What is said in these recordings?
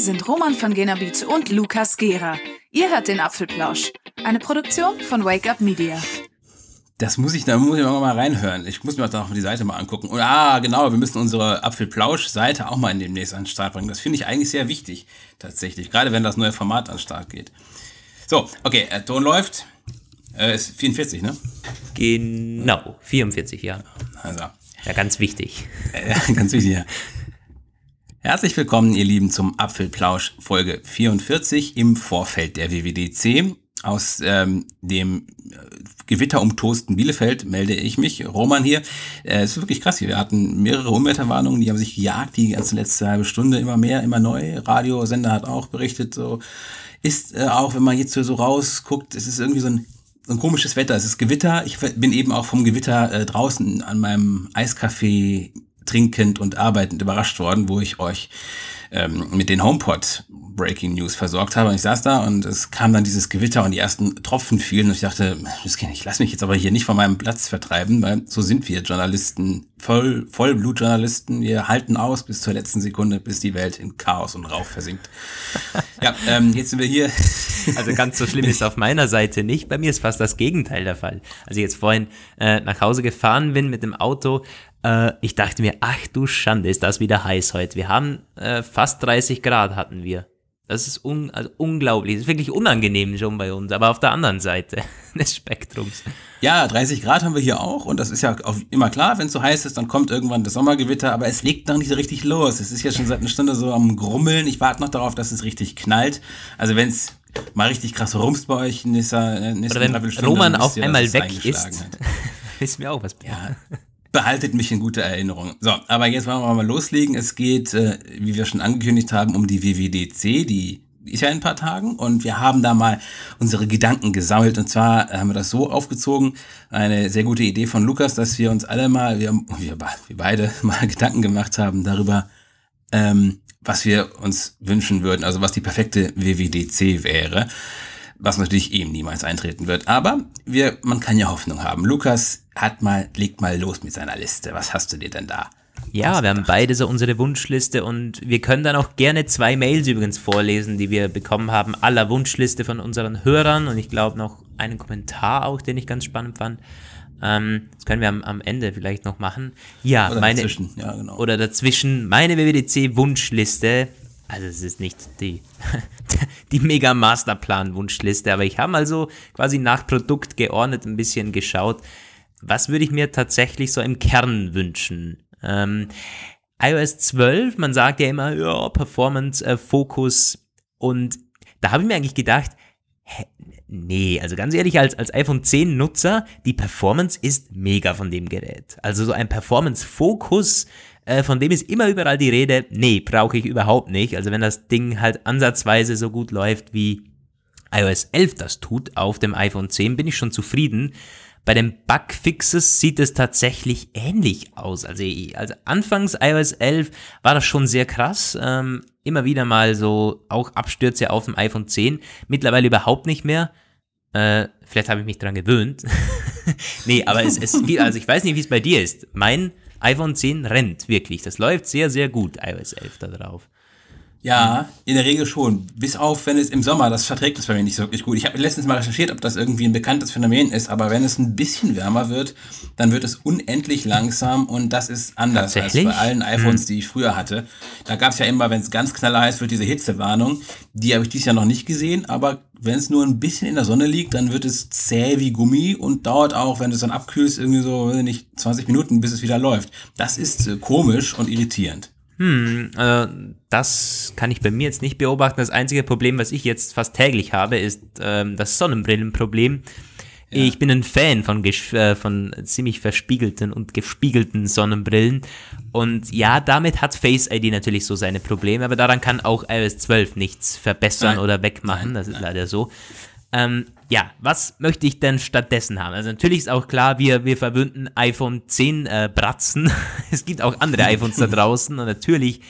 sind Roman von Genabit und Lukas Gera. Ihr hört den Apfelplausch, eine Produktion von Wake Up Media. Da muss ich mal reinhören. Ich muss mir auch noch die Seite mal angucken. Und genau, wir müssen unsere Apfelplausch-Seite auch mal demnächst an den Start bringen. Das finde ich eigentlich sehr wichtig, tatsächlich. Gerade wenn das neue Format an den Start geht. So, okay, Ton läuft. Ist 44, ne? Genau, 44, ja. Also. Ja, ganz wichtig. Ganz wichtig, ja. Herzlich willkommen, ihr Lieben, zum Apfelplausch Folge 44 im Vorfeld der WWDC. Aus dem gewitterumtosten Bielefeld melde ich mich, Roman hier. Es ist wirklich krass hier. Wir hatten mehrere Unwetterwarnungen, die haben sich gejagt, die ganze letzte halbe Stunde, immer mehr, immer neu. Radiosender hat auch berichtet, so ist auch, wenn man jetzt so rausguckt, es ist irgendwie so ein komisches Wetter. Es ist Gewitter. Ich bin eben auch vom Gewitter draußen an meinem Eiskaffee trinkend und arbeitend überrascht worden, wo ich euch mit den HomePod Breaking News versorgt habe. Und ich saß da und es kam dann dieses Gewitter und die ersten Tropfen fielen und ich dachte, das geht nicht, ich lass mich jetzt aber hier nicht von meinem Platz vertreiben, weil so sind wir Journalisten, Vollblutjournalisten. Wir halten aus bis zur letzten Sekunde, bis die Welt in Chaos und Rauch versinkt. Ja, jetzt sind wir hier. Also ganz so schlimm ist auf meiner Seite nicht. Bei mir ist fast das Gegenteil der Fall. Als ich jetzt vorhin nach Hause gefahren bin mit dem Auto, ich dachte mir, ach du Schande, ist das wieder heiß heute. Wir haben fast 30 Grad hatten wir. Das ist unglaublich. Das ist wirklich unangenehm schon bei uns, aber auf der anderen Seite des Spektrums. Ja, 30 Grad haben wir hier auch und das ist ja auch immer klar, wenn es so heiß ist, dann kommt irgendwann das Sommergewitter, aber es legt noch nicht so richtig los. Es ist ja schon seit einer Stunde so am Grummeln. Ich warte noch darauf, dass es richtig knallt. Also wenn es mal richtig krass rumst bei euch in dieser oder wenn Roman auf einmal weg ist, wissen wir auch was. Ja. Behaltet mich in guter Erinnerung. So, aber jetzt wollen wir mal loslegen. Es geht, wie wir schon angekündigt haben, um die WWDC, die ist ja in ein paar Tagen und wir haben da mal unsere Gedanken gesammelt und zwar haben wir das so aufgezogen, eine sehr gute Idee von Lukas, dass wir uns alle mal, wir beide mal Gedanken gemacht haben darüber, was wir uns wünschen würden, also was die perfekte WWDC wäre. Was natürlich eben niemals eintreten wird. Aber man kann ja Hoffnung haben. Lukas legt mal los mit seiner Liste. Was hast du dir denn da? Ja, wir haben beide so unsere Wunschliste und wir können dann auch gerne 2 Mails übrigens vorlesen, die wir bekommen haben, aller Wunschliste von unseren Hörern und ich glaube noch einen Kommentar auch, den ich ganz spannend fand. Das können wir am Ende vielleicht noch machen. Ja, oder dazwischen, ja genau. Oder dazwischen, meine WWDC-Wunschliste. Also es ist nicht die Mega-Masterplan-Wunschliste, aber ich habe mal so quasi nach Produkt geordnet ein bisschen geschaut, was würde ich mir tatsächlich so im Kern wünschen. iOS 12, man sagt ja immer, ja, Performance, Fokus und da habe ich mir eigentlich gedacht, nee, also ganz ehrlich, als iPhone 10 Nutzer, die Performance ist mega von dem Gerät. Also so ein Performance-Fokus, von dem ist immer überall die Rede, nee, brauche ich überhaupt nicht. Also wenn das Ding halt ansatzweise so gut läuft, wie iOS 11 das tut auf dem iPhone 10, bin ich schon zufrieden. Bei den Bugfixes sieht es tatsächlich ähnlich aus. Also anfangs iOS 11 war das schon sehr krass. Immer wieder mal so auch Abstürze auf dem iPhone 10. Mittlerweile überhaupt nicht mehr. Vielleicht habe ich mich dran gewöhnt. Nee, aber es gibt, also ich weiß nicht, wie es bei dir ist. Mein iPhone 10 rennt wirklich. Das läuft sehr, sehr gut, iOS 11 da drauf. Ja, in der Regel schon. Bis auf, wenn es im Sommer, das verträgt es bei mir nicht so wirklich gut. Ich habe letztens mal recherchiert, ob das irgendwie ein bekanntes Phänomen ist, aber wenn es ein bisschen wärmer wird, dann wird es unendlich langsam und das ist anders als bei allen iPhones, die ich früher hatte. Da gab es ja immer, wenn es ganz knallerheiß wird, diese Hitzewarnung. Die habe ich dieses Jahr noch nicht gesehen, aber wenn es nur ein bisschen in der Sonne liegt, dann wird es zäh wie Gummi und dauert auch, wenn du es dann abkühlst, irgendwie so, nicht 20 Minuten, bis es wieder läuft. Das ist komisch und irritierend. Das kann ich bei mir jetzt nicht beobachten. Das einzige Problem, was ich jetzt fast täglich habe, ist das Sonnenbrillenproblem. Ja. Ich bin ein Fan von ziemlich verspiegelten und gespiegelten Sonnenbrillen. Und ja, damit hat Face ID natürlich so seine Probleme, aber daran kann auch iOS 12 nichts verbessern oder wegmachen. Das ist leider so. Ja, was möchte ich denn stattdessen haben? Also natürlich ist auch klar, wir verwöhnten iPhone 10 Bratzen. Es gibt auch andere iPhones da draußen und natürlich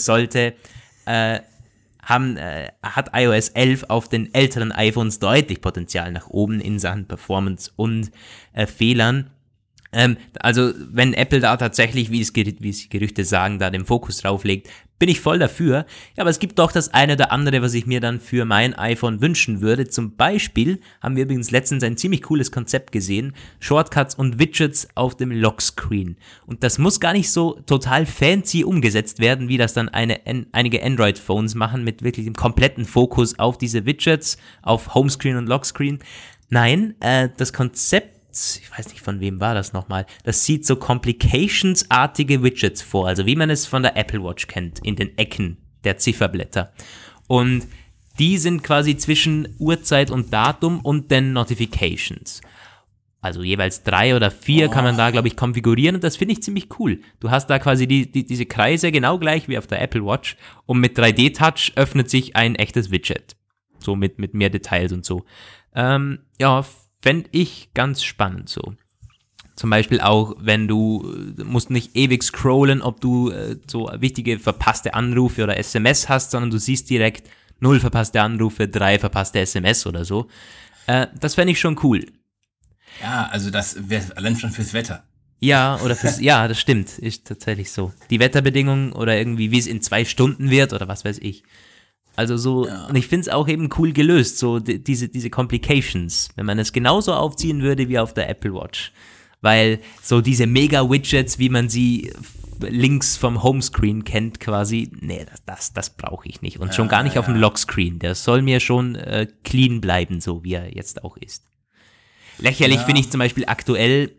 hat iOS 11 auf den älteren iPhones deutlich Potenzial nach oben in Sachen Performance und Fehlern. Also wenn Apple da tatsächlich, wie es Gerüchte sagen, da den Fokus drauf legt, bin ich voll dafür. Ja, aber es gibt doch das eine oder andere, was ich mir dann für mein iPhone wünschen würde. Zum Beispiel haben wir übrigens letztens ein ziemlich cooles Konzept gesehen. Shortcuts und Widgets auf dem Lockscreen. Und das muss gar nicht so total fancy umgesetzt werden, wie das dann einige Android-Phones machen, mit wirklich dem kompletten Fokus auf diese Widgets, auf Homescreen und Lockscreen. Nein, das Konzept, ich weiß nicht, von wem war das nochmal, das sieht so Complications-artige Widgets vor, also wie man es von der Apple Watch kennt, in den Ecken der Zifferblätter. Und die sind quasi zwischen Uhrzeit und Datum und den Notifications. Also jeweils 3 oder 4 kann man da, glaube ich, konfigurieren und das finde ich ziemlich cool. Du hast da quasi diese Kreise genau gleich wie auf der Apple Watch und mit 3D-Touch öffnet sich ein echtes Widget. So mit mehr Details und so. Ja, fände ich ganz spannend so. Zum Beispiel auch, wenn du musst nicht ewig scrollen, ob du so wichtige verpasste Anrufe oder SMS hast, sondern du siehst direkt 0 verpasste Anrufe, 3 verpasste SMS oder so. Das fände ich schon cool. Ja, also das wäre allein schon fürs Wetter. Ja, oder ja, das stimmt, ist tatsächlich so. Die Wetterbedingungen oder irgendwie, wie es in 2 Stunden wird oder was weiß ich. Also so, ja. Und ich finde es auch eben cool gelöst, so diese Complications, wenn man es genauso aufziehen würde wie auf der Apple Watch. Weil so diese Mega-Widgets, wie man sie links vom Homescreen kennt quasi, nee, das brauche ich nicht. Und schon gar nicht auf dem Lockscreen. Der soll mir schon clean bleiben, so wie er jetzt auch ist. Lächerlich finde ich zum Beispiel aktuell,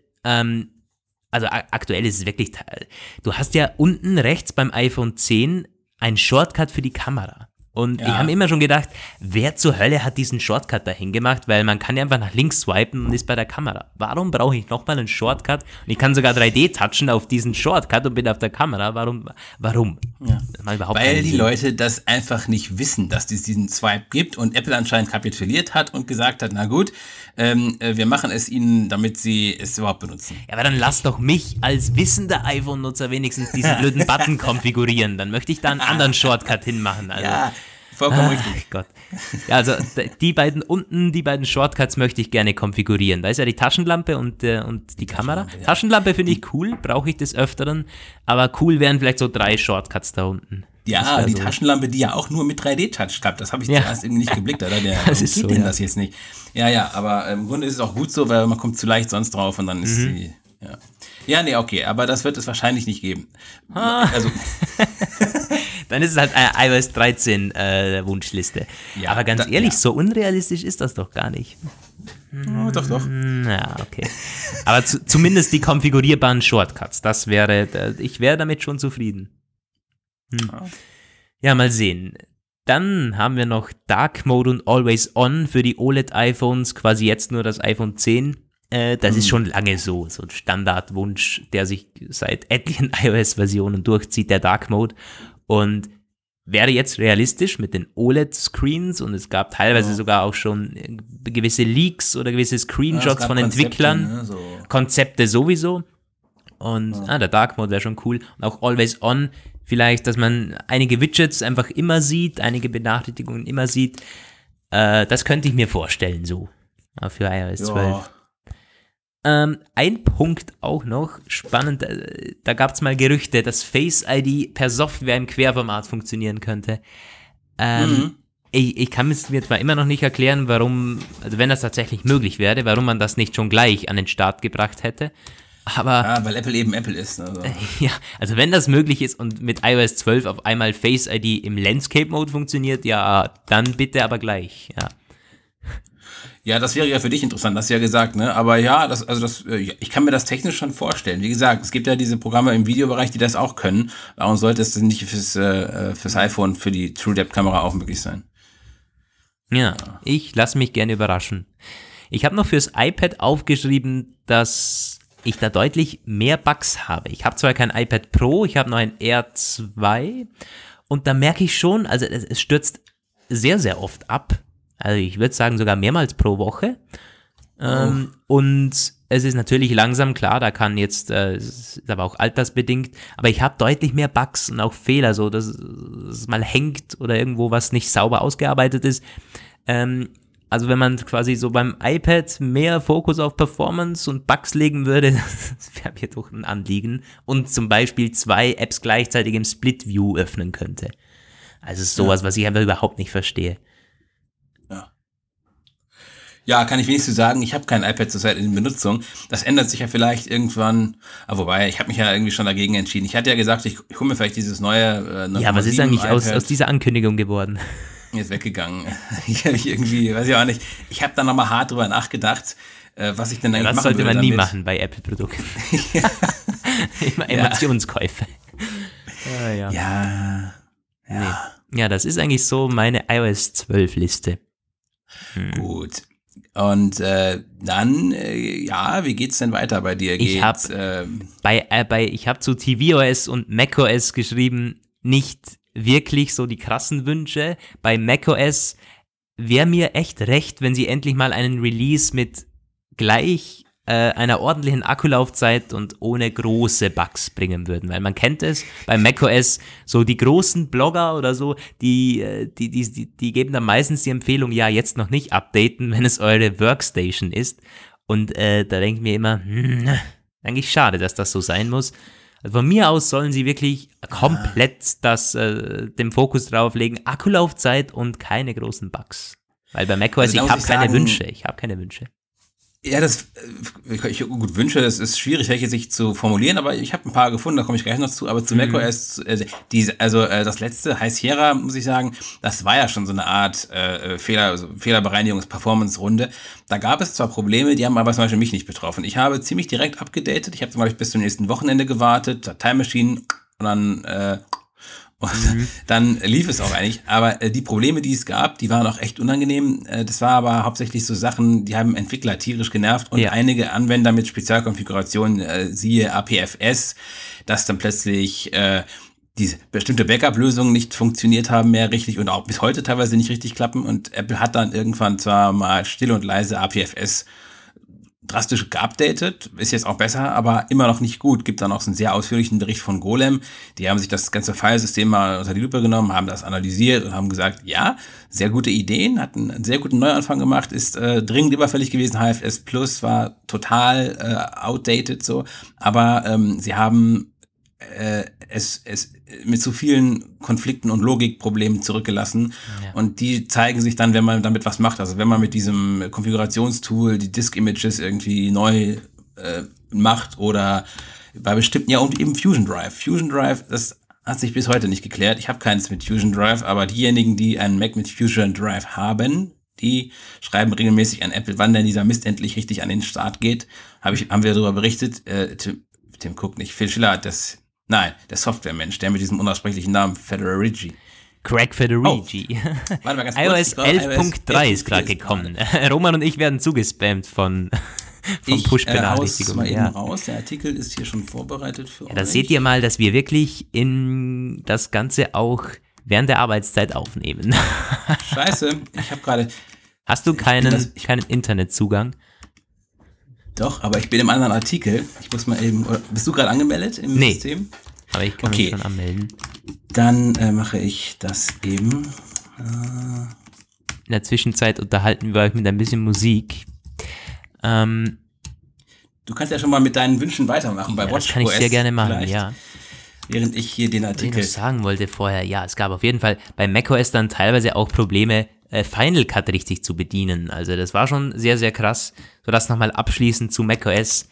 aktuell ist es wirklich, du hast ja unten rechts beim iPhone 10 einen Shortcut für die Kamera. Und ich habe immer schon gedacht, wer zur Hölle hat diesen Shortcut dahin gemacht? Weil man kann ja einfach nach links swipen und ist bei der Kamera. Warum brauche ich nochmal einen Shortcut? Und ich kann sogar 3D-touchen auf diesen Shortcut und bin auf der Kamera. Warum? Ja. Weil die Leute das einfach nicht wissen, dass es diesen Swipe gibt und Apple anscheinend kapituliert hat und gesagt hat, na gut, wir machen es ihnen, damit sie es überhaupt benutzen. Ja, aber dann lass doch mich als wissender iPhone-Nutzer wenigstens diesen blöden Button konfigurieren. Dann möchte ich da einen anderen Shortcut hinmachen. Also, ja, vollkommen richtig. Gott. Ja, also die beiden Shortcuts möchte ich gerne konfigurieren. Da ist ja die Taschenlampe und die Kamera. Ja. Taschenlampe finde ich cool, brauche ich des Öfteren. Aber cool wären vielleicht so 3 Shortcuts da unten. Ja, die Taschenlampe, die ja auch nur mit 3D-Touch klappt. Das habe ich zuerst irgendwie nicht geblickt, oder? Das ist so, das jetzt nicht? Ja, aber im Grunde ist es auch gut so, weil man kommt zu leicht sonst drauf und dann ist sie, ja. Ja, nee, okay, aber das wird es wahrscheinlich nicht geben. Also dann ist es halt eine iOS 13 Wunschliste. Ja, aber ganz ehrlich, so unrealistisch ist das doch gar nicht. Oh, doch. Ja, okay. Aber zumindest die konfigurierbaren Shortcuts, ich wäre damit schon zufrieden. Ja, mal sehen. Dann haben wir noch Dark Mode und Always On für die OLED-iPhones, quasi jetzt nur das iPhone 10. Das ist schon lange so ein Standardwunsch, der sich seit etlichen iOS-Versionen durchzieht, der Dark Mode. Und wäre jetzt realistisch mit den OLED-Screens und es gab teilweise sogar auch schon gewisse Leaks oder gewisse Screenshots von Entwicklern, Konzepte sowieso. Und der Dark Mode wäre schon cool. Und auch Always On, vielleicht, dass man einige Widgets einfach immer sieht, einige Benachrichtigungen immer sieht. Das könnte ich mir vorstellen, so für iOS 12. Ein Punkt auch noch, spannend, da gab es mal Gerüchte, dass Face ID per Software im Querformat funktionieren könnte. Ich kann es mir zwar immer noch nicht erklären, warum, also wenn das tatsächlich möglich wäre, warum man das nicht schon gleich an den Start gebracht hätte. Aber ja, weil Apple eben Apple ist. Also. Ja, also wenn das möglich ist und mit iOS 12 auf einmal Face ID im Landscape-Mode funktioniert, ja, dann bitte aber gleich, ja. Ja, das wäre ja für dich interessant, hast du ja gesagt, ne? Aber ja, ich kann mir das technisch schon vorstellen. Wie gesagt, es gibt ja diese Programme im Videobereich, die das auch können. Warum sollte es denn nicht fürs iPhone, für die TrueDepth-Kamera auch möglich sein? Ja, ich lasse mich gerne überraschen. Ich habe noch fürs iPad aufgeschrieben, dass ich da deutlich mehr Bugs habe. Ich habe zwar kein iPad Pro, ich habe noch ein Air 2 und da merke ich schon, also es stürzt sehr, sehr oft ab. Also ich würde sagen sogar mehrmals pro Woche. Und es ist natürlich langsam, klar, da kann jetzt, es ist aber auch altersbedingt, aber ich habe deutlich mehr Bugs und auch Fehler, so dass es mal hängt oder irgendwo was nicht sauber ausgearbeitet ist. Also wenn man quasi so beim iPad mehr Fokus auf Performance und Bugs legen würde, das wäre mir doch ein Anliegen. Und zum Beispiel 2 Apps gleichzeitig im Split-View öffnen könnte. Also sowas, was ich einfach überhaupt nicht verstehe. Ja, kann ich wenigstens sagen, ich habe kein iPad zurzeit in Benutzung. Das ändert sich ja vielleicht irgendwann. Aber wobei, ich habe mich ja irgendwie schon dagegen entschieden. Ich hatte ja gesagt, ich hole mir vielleicht dieses neue Ja, was ist eigentlich aus dieser Ankündigung geworden? Jetzt weggegangen. Ich habe irgendwie, weiß ich auch nicht. Ich habe da nochmal hart drüber nachgedacht, was ich denn eigentlich machen würde. Das sollte man nie machen bei Apple-Produkten. Immer Emotionskäufe. Ja. Nee. Ja, das ist eigentlich so meine iOS 12 Liste. Gut. Und dann, wie geht's denn weiter bei dir? Ich habe zu tvOS und macOS geschrieben, nicht wirklich so die krassen Wünsche. Bei macOS wäre mir echt recht, wenn sie endlich mal einen Release mit gleich einer ordentlichen Akkulaufzeit und ohne große Bugs bringen würden, weil man kennt es bei macOS, so die großen Blogger oder so, die geben dann meistens die Empfehlung, ja, jetzt noch nicht updaten, wenn es eure Workstation ist, und da denke ich mir immer, eigentlich schade, dass das so sein muss. Also von mir aus sollen sie wirklich komplett den Fokus drauf legen, Akkulaufzeit und keine großen Bugs, weil bei macOS, ich habe keine Wünsche. Ja, gut, Wünsche, das ist schwierig, welche sich zu formulieren, aber ich habe ein paar gefunden, da komme ich gleich noch zu, aber zu macOS, das letzte, High Sierra, muss ich sagen, das war ja schon so eine Art Fehlerbereinigungs-Performance-Runde. Da gab es zwar Probleme, die haben aber zum Beispiel mich nicht betroffen. Ich habe ziemlich direkt abgedatet, ich habe zum Beispiel bis zum nächsten Wochenende gewartet, Time Machine, und dann dann lief es auch eigentlich, aber die Probleme, die es gab, die waren auch echt unangenehm. Das war aber hauptsächlich so Sachen, die haben Entwickler tierisch genervt und einige Anwender mit Spezialkonfigurationen, siehe APFS, dass dann plötzlich diese bestimmte Backup-Lösungen nicht funktioniert haben mehr richtig und auch bis heute teilweise nicht richtig klappen, und Apple hat dann irgendwann zwar mal still und leise APFS drastisch geupdatet, ist jetzt auch besser, aber immer noch nicht gut. Gibt dann auch so einen sehr ausführlichen Bericht von Golem. Die haben sich das ganze Filesystem mal unter die Lupe genommen, haben das analysiert und haben gesagt, ja, sehr gute Ideen, hat einen sehr guten Neuanfang gemacht, ist dringend überfällig gewesen. HFS Plus war total outdated so, aber sie haben es mit zu vielen Konflikten und Logikproblemen zurückgelassen. Ja. Und die zeigen sich dann, wenn man damit was macht. Also wenn man mit diesem Konfigurationstool die Disk-Images irgendwie neu macht oder bei bestimmten, und eben Fusion Drive. Fusion Drive, das hat sich bis heute nicht geklärt. Ich habe keins mit Fusion Drive, aber diejenigen, die einen Mac mit Fusion Drive haben, die schreiben regelmäßig an Apple, wann denn dieser Mist endlich richtig an den Start geht. Haben wir darüber berichtet. Tim Cook nicht. Phil Schiller hat der Softwaremensch, der mit diesem unaussprechlichen Namen Federici. Craig Federici. Oh. Warte mal ganz iOS kurz. 11.3 ist gerade gekommen. Roman und ich werden zugespammt von Push-Benachrichtigungen. Ich mal eben raus. Der Artikel ist hier schon vorbereitet für euch. Da seht ihr mal, dass wir wirklich in das Ganze auch während der Arbeitszeit aufnehmen. Scheiße, ich habe gerade... Hast du keinen Internetzugang? Doch, aber ich bin im anderen Artikel. Ich muss mal eben... Bist du gerade angemeldet im System? Aber ich kann mich schon anmelden. Dann mache ich das eben. In der Zwischenzeit unterhalten wir euch mit ein bisschen Musik. Du kannst ja schon mal mit deinen Wünschen weitermachen bei WatchOS. Das kann ich sehr gerne machen, ja. Während ich hier den Artikel... Was ich sagen wollte vorher, ja, es gab auf jeden Fall bei macOS dann teilweise auch Probleme, Final Cut richtig zu bedienen. Also das war schon sehr, sehr krass. So, das nochmal abschließend zu macOS.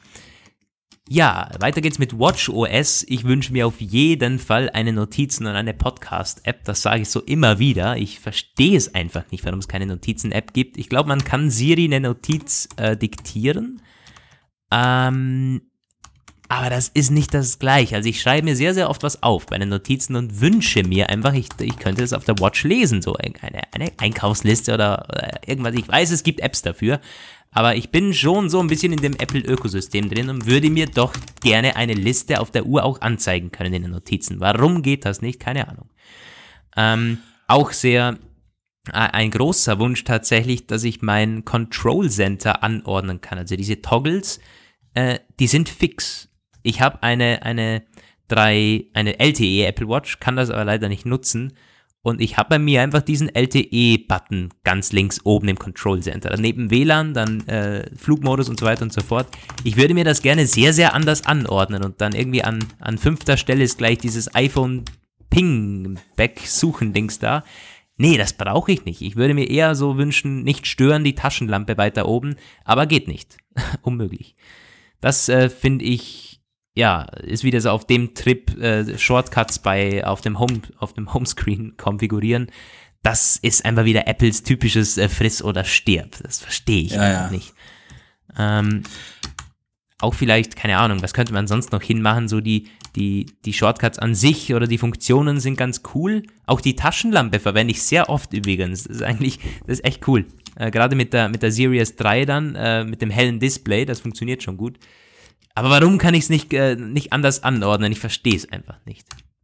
Ja, weiter geht's mit WatchOS. Ich wünsche mir auf jeden Fall eine Notizen- und eine Podcast-App. Das sage ich so immer wieder. Ich verstehe es einfach nicht, warum es keine Notizen-App gibt. Ich glaube, man kann Siri eine Notiz diktieren. Aber das ist nicht das Gleiche. Also ich schreibe mir sehr, sehr oft was auf bei den Notizen und wünsche mir einfach, ich könnte es auf der Watch lesen, so eine Einkaufsliste oder irgendwas. Ich weiß, es gibt Apps dafür, aber ich bin schon so ein bisschen in dem Apple-Ökosystem drin und würde mir doch gerne eine Liste auf der Uhr auch anzeigen können in den Notizen. Warum geht das nicht? Keine Ahnung. Auch sehr ein großer Wunsch tatsächlich, dass ich mein Control Center anordnen kann. Also diese Toggles, die sind fix. Ich habe eine LTE Apple Watch, kann das aber leider nicht nutzen. Und ich habe bei mir einfach diesen LTE-Button ganz links oben im Control Center. Neben WLAN, dann Flugmodus und so weiter und so fort. Ich würde mir das gerne sehr, sehr anders anordnen und dann irgendwie an 5. Stelle ist gleich dieses iPhone Ping-Back-Suchen-Dings da. Nee, das brauche ich nicht. Ich würde mir eher so wünschen, nicht stören, die Taschenlampe weiter oben, aber geht nicht. Unmöglich. Das finde ich, ja, ist wieder so auf dem Trip, Shortcuts auf dem Homescreen konfigurieren. Das ist einfach wieder Apples typisches Friss oder stirb. Das verstehe ich einfach nicht. Auch vielleicht, keine Ahnung, was könnte man sonst noch hinmachen, so die Shortcuts an sich oder die Funktionen sind ganz cool. Auch die Taschenlampe verwende ich sehr oft übrigens. Das ist echt cool. Gerade mit der Series 3 dann, mit dem hellen Display, das funktioniert schon gut. Aber warum kann ich es nicht anders anordnen? Ich verstehe es einfach nicht.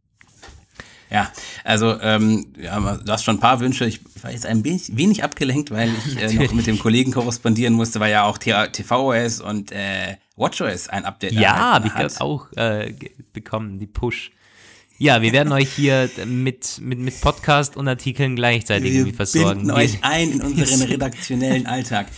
Ja, also du hast schon ein paar Wünsche. Ich war jetzt ein wenig abgelenkt, weil ich noch mit dem Kollegen korrespondieren musste, weil ja auch tvOS und WatchOS ein Update ja, habe ich gerade auch bekommen, die Push. Ja, wir werden euch hier mit Podcast und Artikeln gleichzeitig irgendwie versorgen. Wir binden euch ein in unseren redaktionellen Alltag.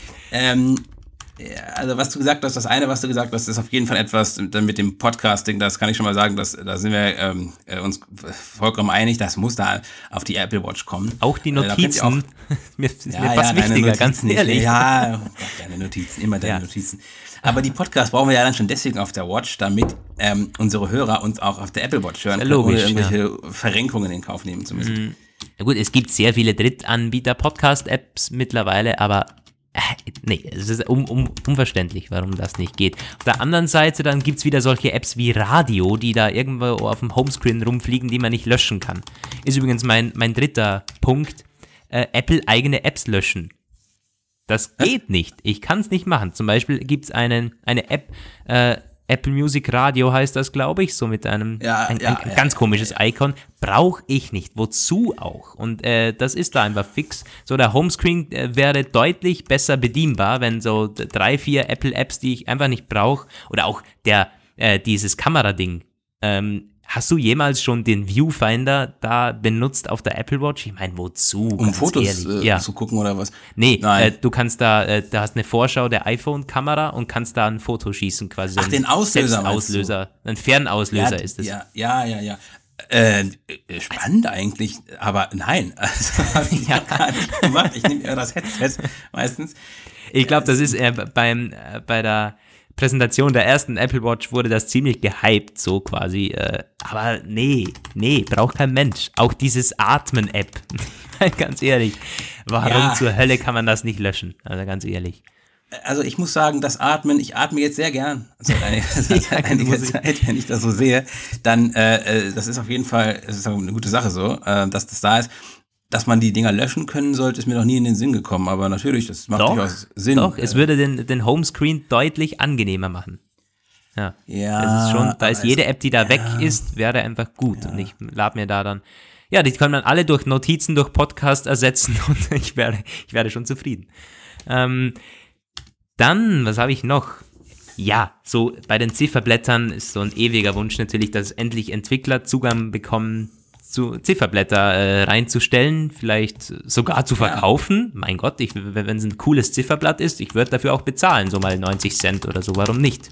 Also was du gesagt hast, das eine, was du gesagt hast, ist auf jeden Fall etwas mit dem Podcasting, das kann ich schon mal sagen, da sind wir uns vollkommen einig, das muss da auf die Apple Watch kommen. Auch die Notizen, mir fast wichtiger, ganz ehrlich. Ja, deine Notizen, immer deine Notizen. Aber die Podcasts brauchen wir ja dann schon deswegen auf der Watch, damit unsere Hörer uns auch auf der Apple Watch hören können, ohne irgendwelche Verrenkungen in Kauf nehmen zu müssen. Ja gut, es gibt sehr viele Drittanbieter-Podcast-Apps mittlerweile, aber nee, es ist unverständlich, warum das nicht geht. Auf der anderen Seite dann gibt's wieder solche Apps wie Radio, die da irgendwo auf dem Homescreen rumfliegen, die man nicht löschen kann. Ist übrigens mein dritter Punkt, Apple eigene Apps löschen. Das geht nicht. Ich kann es nicht machen. Zum Beispiel gibt's eine App, Apple Music Radio heißt das, glaube ich, so mit einem ganz komisches Icon. Brauche ich nicht. Wozu auch? Und das ist da einfach fix. So, der Homescreen wäre deutlich besser bedienbar, wenn so 3, 4 Apple-Apps, die ich einfach nicht brauche, oder auch dieses Kamerading. Hast du jemals schon den Viewfinder da benutzt auf der Apple Watch? Ich meine, wozu? Um Fotos zu gucken oder was? Nee, du kannst da hast eine Vorschau der iPhone-Kamera und kannst da ein Foto schießen quasi. Ach, den Auslöser. Ein Fernauslöser ist es. Ja. Spannend eigentlich, aber nein. Also habe ich gar nicht gemacht. Ich nehme eher das Headset meistens. Ich glaube, das ist bei der Präsentation der ersten Apple Watch wurde das ziemlich gehypt, so quasi. Aber nee, braucht kein Mensch. Auch dieses Atmen-App. Ganz ehrlich. Warum zur Hölle kann man das nicht löschen? Also ganz ehrlich. Also ich muss sagen, ich atme jetzt sehr gern. Also seit einiger Zeit, wenn ich das so sehe, dann, das ist auf jeden Fall, es ist eine gute Sache so, dass das da ist. Dass man die Dinger löschen können sollte, ist mir noch nie in den Sinn gekommen, aber natürlich, das macht durchaus Sinn. Doch, es würde den Homescreen deutlich angenehmer machen. Ja, das ist schon, da ist jede App, die da weg ist, wäre einfach gut. Und ich lade mir da dann, die kann man alle durch Notizen, durch Podcast ersetzen und ich werde schon zufrieden. Dann, was habe ich noch? Ja, so bei den Zifferblättern ist so ein ewiger Wunsch natürlich, dass endlich Entwickler Zugang bekommen, zu Zifferblätter reinzustellen, vielleicht sogar zu verkaufen. Mein Gott, wenn es ein cooles Zifferblatt ist, ich würde dafür auch bezahlen, so mal 90 Cent oder so, warum nicht?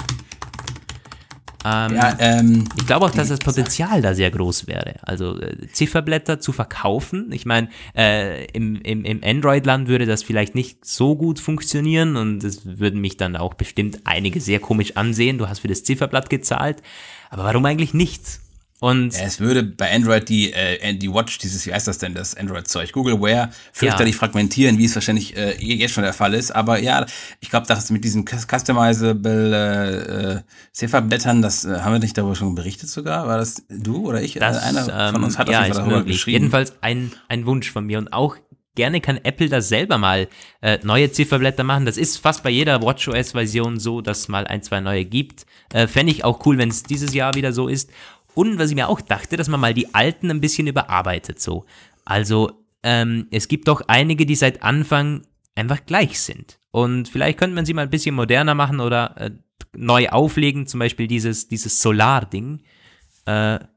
Ich glaube auch, dass das Potenzial da sehr groß wäre. Also Zifferblätter zu verkaufen. Ich meine, im Android-Land würde das vielleicht nicht so gut funktionieren und es würden mich dann auch bestimmt einige sehr komisch ansehen. Du hast für das Zifferblatt gezahlt, aber warum eigentlich nicht? Und es würde bei Android die Watch, wie heißt das denn, das Android-Zeug, Google Wear, fürchterlich fragmentieren, wie es wahrscheinlich jetzt schon der Fall ist. Aber ja, ich glaube, dass mit diesen customizable Zifferblättern, das haben wir nicht darüber schon berichtet sogar? War das du oder ich? Einer von uns hat auf jeden Fall darüber geschrieben. Jedenfalls ein Wunsch von mir und auch gerne kann Apple das selber mal neue Zifferblätter machen. Das ist fast bei jeder WatchOS-Version so, dass es mal 1, 2 neue gibt. Fände ich auch cool, wenn es dieses Jahr wieder so ist. Und was ich mir auch dachte, dass man mal die alten ein bisschen überarbeitet so. Also es gibt doch einige, die seit Anfang einfach gleich sind. Und vielleicht könnte man sie mal ein bisschen moderner machen oder neu auflegen. Zum Beispiel dieses Solar-Ding.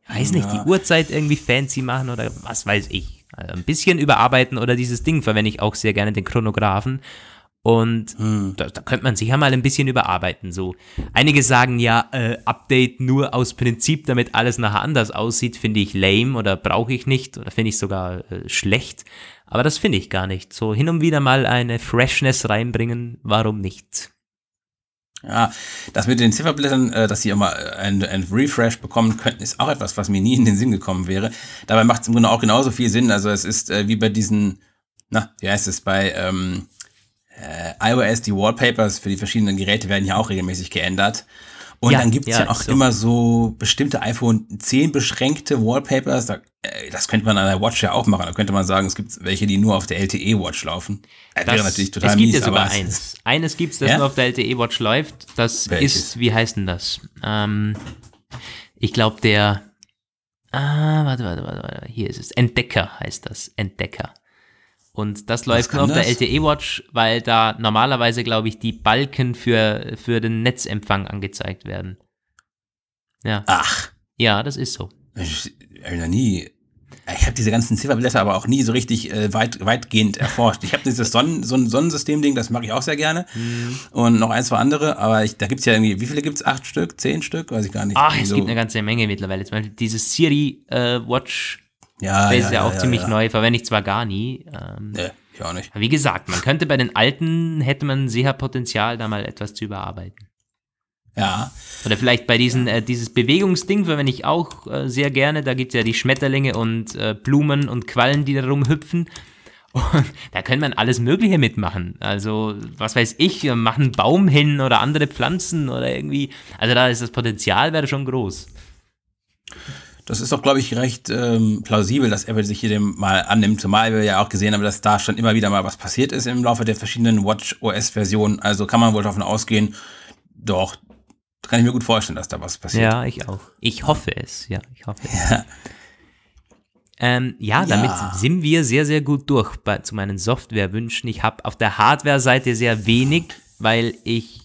weiß nicht, die Uhrzeit irgendwie fancy machen oder was weiß ich. Also ein bisschen überarbeiten oder dieses Ding verwende ich auch sehr gerne, den Chronographen. Und da könnte man sicher mal ein bisschen überarbeiten. So. Einige sagen ja, Update nur aus Prinzip, damit alles nachher anders aussieht, finde ich lame oder brauche ich nicht oder finde ich sogar schlecht. Aber das finde ich gar nicht. So hin und wieder mal eine Freshness reinbringen, warum nicht? Ja, das mit den Zifferblättern, dass sie immer ein Refresh bekommen könnten, ist auch etwas, was mir nie in den Sinn gekommen wäre. Dabei macht es im Grunde auch genauso viel Sinn. Also es ist wie bei diesen, wie heißt es, bei iOS, die Wallpapers für die verschiedenen Geräte werden ja auch regelmäßig geändert. Und dann gibt's ja auch immer so bestimmte iPhone 10 beschränkte Wallpapers. Das könnte man an der Watch ja auch machen. Da könnte man sagen, es gibt welche, die nur auf der LTE-Watch laufen. Das wäre natürlich total mies. Es gibt mies, ja sogar eins. Eines gibt's, das nur auf der LTE-Watch läuft. Das ist, wie heißt denn das? Ich glaube warte. Hier ist es. Entdecker heißt das. Entdecker. Und das läuft nur auf der LTE-Watch, weil da normalerweise, glaube ich, die Balken für den Netzempfang angezeigt werden. Ja. Ach. Ja, das ist so. Ich habe diese ganzen Zifferblätter aber auch nie so richtig weitgehend erforscht. Ich habe dieses so ein Sonnensystem-Ding, das mag ich auch sehr gerne. Und noch ein, zwei andere, aber da gibt's ja irgendwie, wie viele gibt's? 8 Stück? 10 Stück? Weiß ich gar nicht. Ach, es gibt eine ganze Menge mittlerweile. Zum Beispiel dieses Siri Watch. Das ist ja auch ziemlich neu, verwende ich zwar gar nie. Nee, ich auch nicht. Aber wie gesagt, man könnte bei den alten, hätte man sicher Potenzial, da mal etwas zu überarbeiten. Ja. Oder vielleicht bei dieses Bewegungsding verwende ich auch sehr gerne. Da gibt es ja die Schmetterlinge und Blumen und Quallen, die da rumhüpfen. Und da könnte man alles Mögliche mitmachen. Also, was weiß ich, machen einen Baum hin oder andere Pflanzen oder irgendwie. Also da ist das Potenzial, wäre schon groß. Das ist doch, glaube ich, recht plausibel, dass Apple sich hier dem mal annimmt, zumal wir ja auch gesehen haben, dass da schon immer wieder mal was passiert ist im Laufe der verschiedenen WatchOS-Versionen. Also kann man wohl davon ausgehen, doch, kann ich mir gut vorstellen, dass da was passiert. Ja, ich auch. Ich hoffe es. Damit sind wir sehr, sehr gut durch zu meinen Softwarewünschen. Ich habe auf der Hardware-Seite sehr wenig, weil ich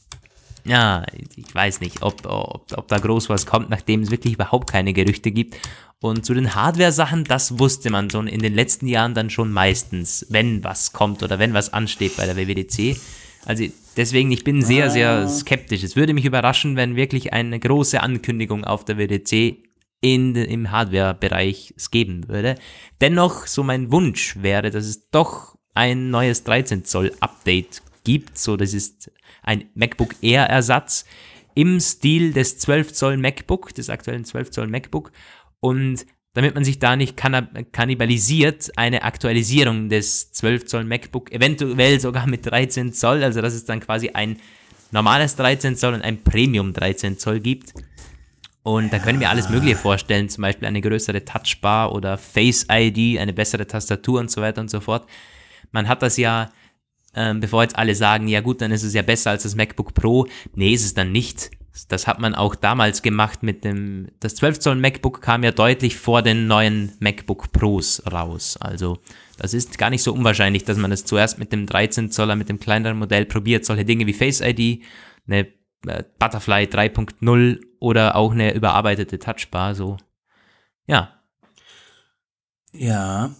weiß nicht, ob da groß was kommt, nachdem es wirklich überhaupt keine Gerüchte gibt. Und zu den Hardware-Sachen, das wusste man so in den letzten Jahren dann schon meistens, wenn was kommt oder wenn was ansteht bei der WWDC. Also deswegen, ich bin sehr, sehr skeptisch. Es würde mich überraschen, wenn wirklich eine große Ankündigung auf der WWDC im Hardware-Bereich es geben würde. Dennoch, so mein Wunsch wäre, dass es doch ein neues 13-Zoll-Update gibt. So, das ist ein MacBook Air-Ersatz im Stil des 12-Zoll MacBook, des aktuellen 12-Zoll MacBook. Und damit man sich da nicht kannibalisiert, eine Aktualisierung des 12-Zoll MacBook, eventuell sogar mit 13 Zoll, also dass es dann quasi ein normales 13 Zoll und ein Premium 13 Zoll gibt. Und da können wir alles Mögliche vorstellen, zum Beispiel eine größere Touchbar oder Face ID, eine bessere Tastatur und so weiter und so fort. Man hat das ja, bevor jetzt alle sagen, ja gut, dann ist es ja besser als das MacBook Pro. Nee, ist es dann nicht. Das hat man auch damals gemacht das 12 Zoll MacBook kam ja deutlich vor den neuen MacBook Pros raus. Also das ist gar nicht so unwahrscheinlich, dass man das zuerst mit dem 13 Zoller, mit dem kleineren Modell probiert. Solche Dinge wie Face ID, eine Butterfly 3.0 oder auch eine überarbeitete Touchbar, so. Ja. Ja.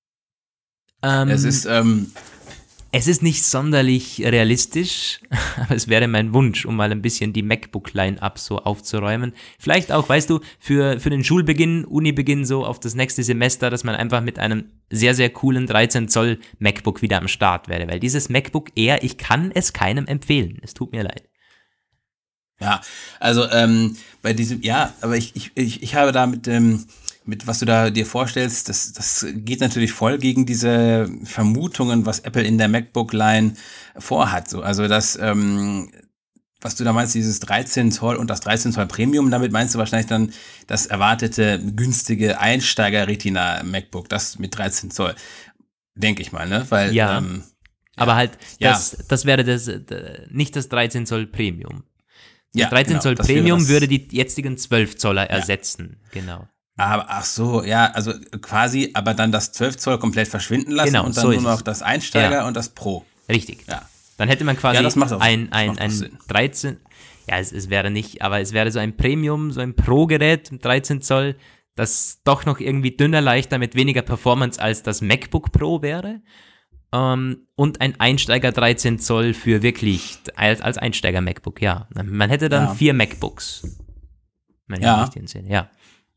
Es ist nicht sonderlich realistisch, aber es wäre mein Wunsch, um mal ein bisschen die MacBook-Line-Up so aufzuräumen. Vielleicht auch, weißt du, für den Schulbeginn, Unibeginn so auf das nächste Semester, dass man einfach mit einem sehr, sehr coolen 13 Zoll MacBook wieder am Start wäre. Weil dieses MacBook Air, ich kann es keinem empfehlen. Es tut mir leid. Ja, also bei diesem, ja, aber ich habe da mit was du da dir vorstellst, das geht natürlich voll gegen diese Vermutungen, was Apple in der MacBook-Line vorhat. So, also das, was du da meinst, dieses 13 Zoll und das 13 Zoll Premium, damit meinst du wahrscheinlich dann das erwartete günstige Einsteiger-Retina-MacBook, das mit 13 Zoll, denke ich mal, ne? Weil, ja, aber halt, das wäre nicht das 13 Zoll Premium. Das 13 Zoll Premium würde die jetzigen 12 Zoller ersetzen, genau. Aber ach so, ja, also quasi, aber dann das 12 Zoll komplett verschwinden lassen und dann so nur noch das Einsteiger und das Pro. Richtig. Ja. Dann hätte man quasi ein 13. Ja, es wäre nicht, aber es wäre so ein Premium, so ein Pro-Gerät mit 13 Zoll, das doch noch irgendwie dünner, leichter, mit weniger Performance als das MacBook Pro wäre. Und ein Einsteiger 13 Zoll für wirklich, als Einsteiger MacBook, ja. Man hätte dann 4 MacBooks. Wenn ich richtig sehe, ja.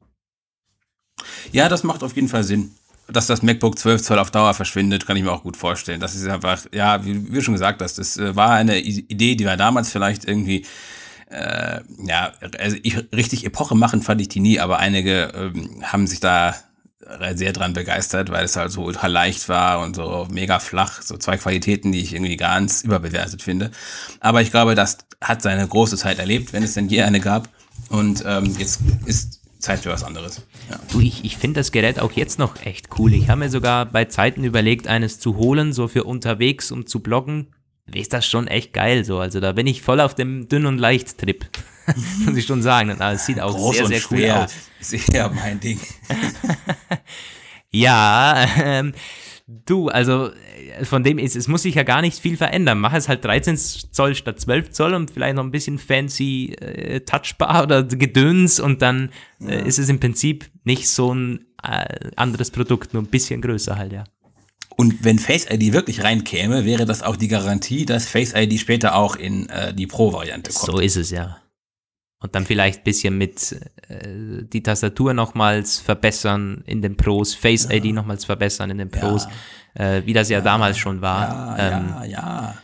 Ja, das macht auf jeden Fall Sinn. Dass das MacBook 12 Zoll auf Dauer verschwindet, kann ich mir auch gut vorstellen. Das ist einfach, ja, wie du schon gesagt hast, das war eine Idee, die war damals vielleicht irgendwie, also richtig Epoche machen fand ich die nie, aber einige haben sich da sehr dran begeistert, weil es halt so ultra leicht war und so mega flach, so 2 Qualitäten, die ich irgendwie ganz überbewertet finde. Aber ich glaube, das hat seine große Zeit erlebt, wenn es denn je eine gab. Und jetzt ist Zeit für was anderes. Ja. Du, ich finde das Gerät auch jetzt noch echt cool. Ich habe mir sogar bei Zeiten überlegt, eines zu holen, so für unterwegs, um zu bloggen. Ist das schon echt geil so. Also da bin ich voll auf dem Dünn- und Leicht-Trip. Muss ich schon sagen. Es sieht auch groß sehr, und sehr cool schwer. aus. Ist eher mein Ding. Ja, du, also von dem ist, es muss sich ja gar nicht viel verändern. Mach es halt 13 Zoll statt 12 Zoll und vielleicht noch ein bisschen fancy Touchbar oder Gedöns und dann ist es im Prinzip nicht so ein anderes Produkt, nur ein bisschen größer halt, ja. Und wenn Face ID wirklich reinkäme, wäre das auch die Garantie, dass Face ID später auch in die Pro-Variante kommt. So ist es, ja. Und dann vielleicht ein bisschen mit die Tastatur nochmals verbessern in den Pros, Face ID nochmals verbessern in den Pros, wie das ja damals schon war. Ja.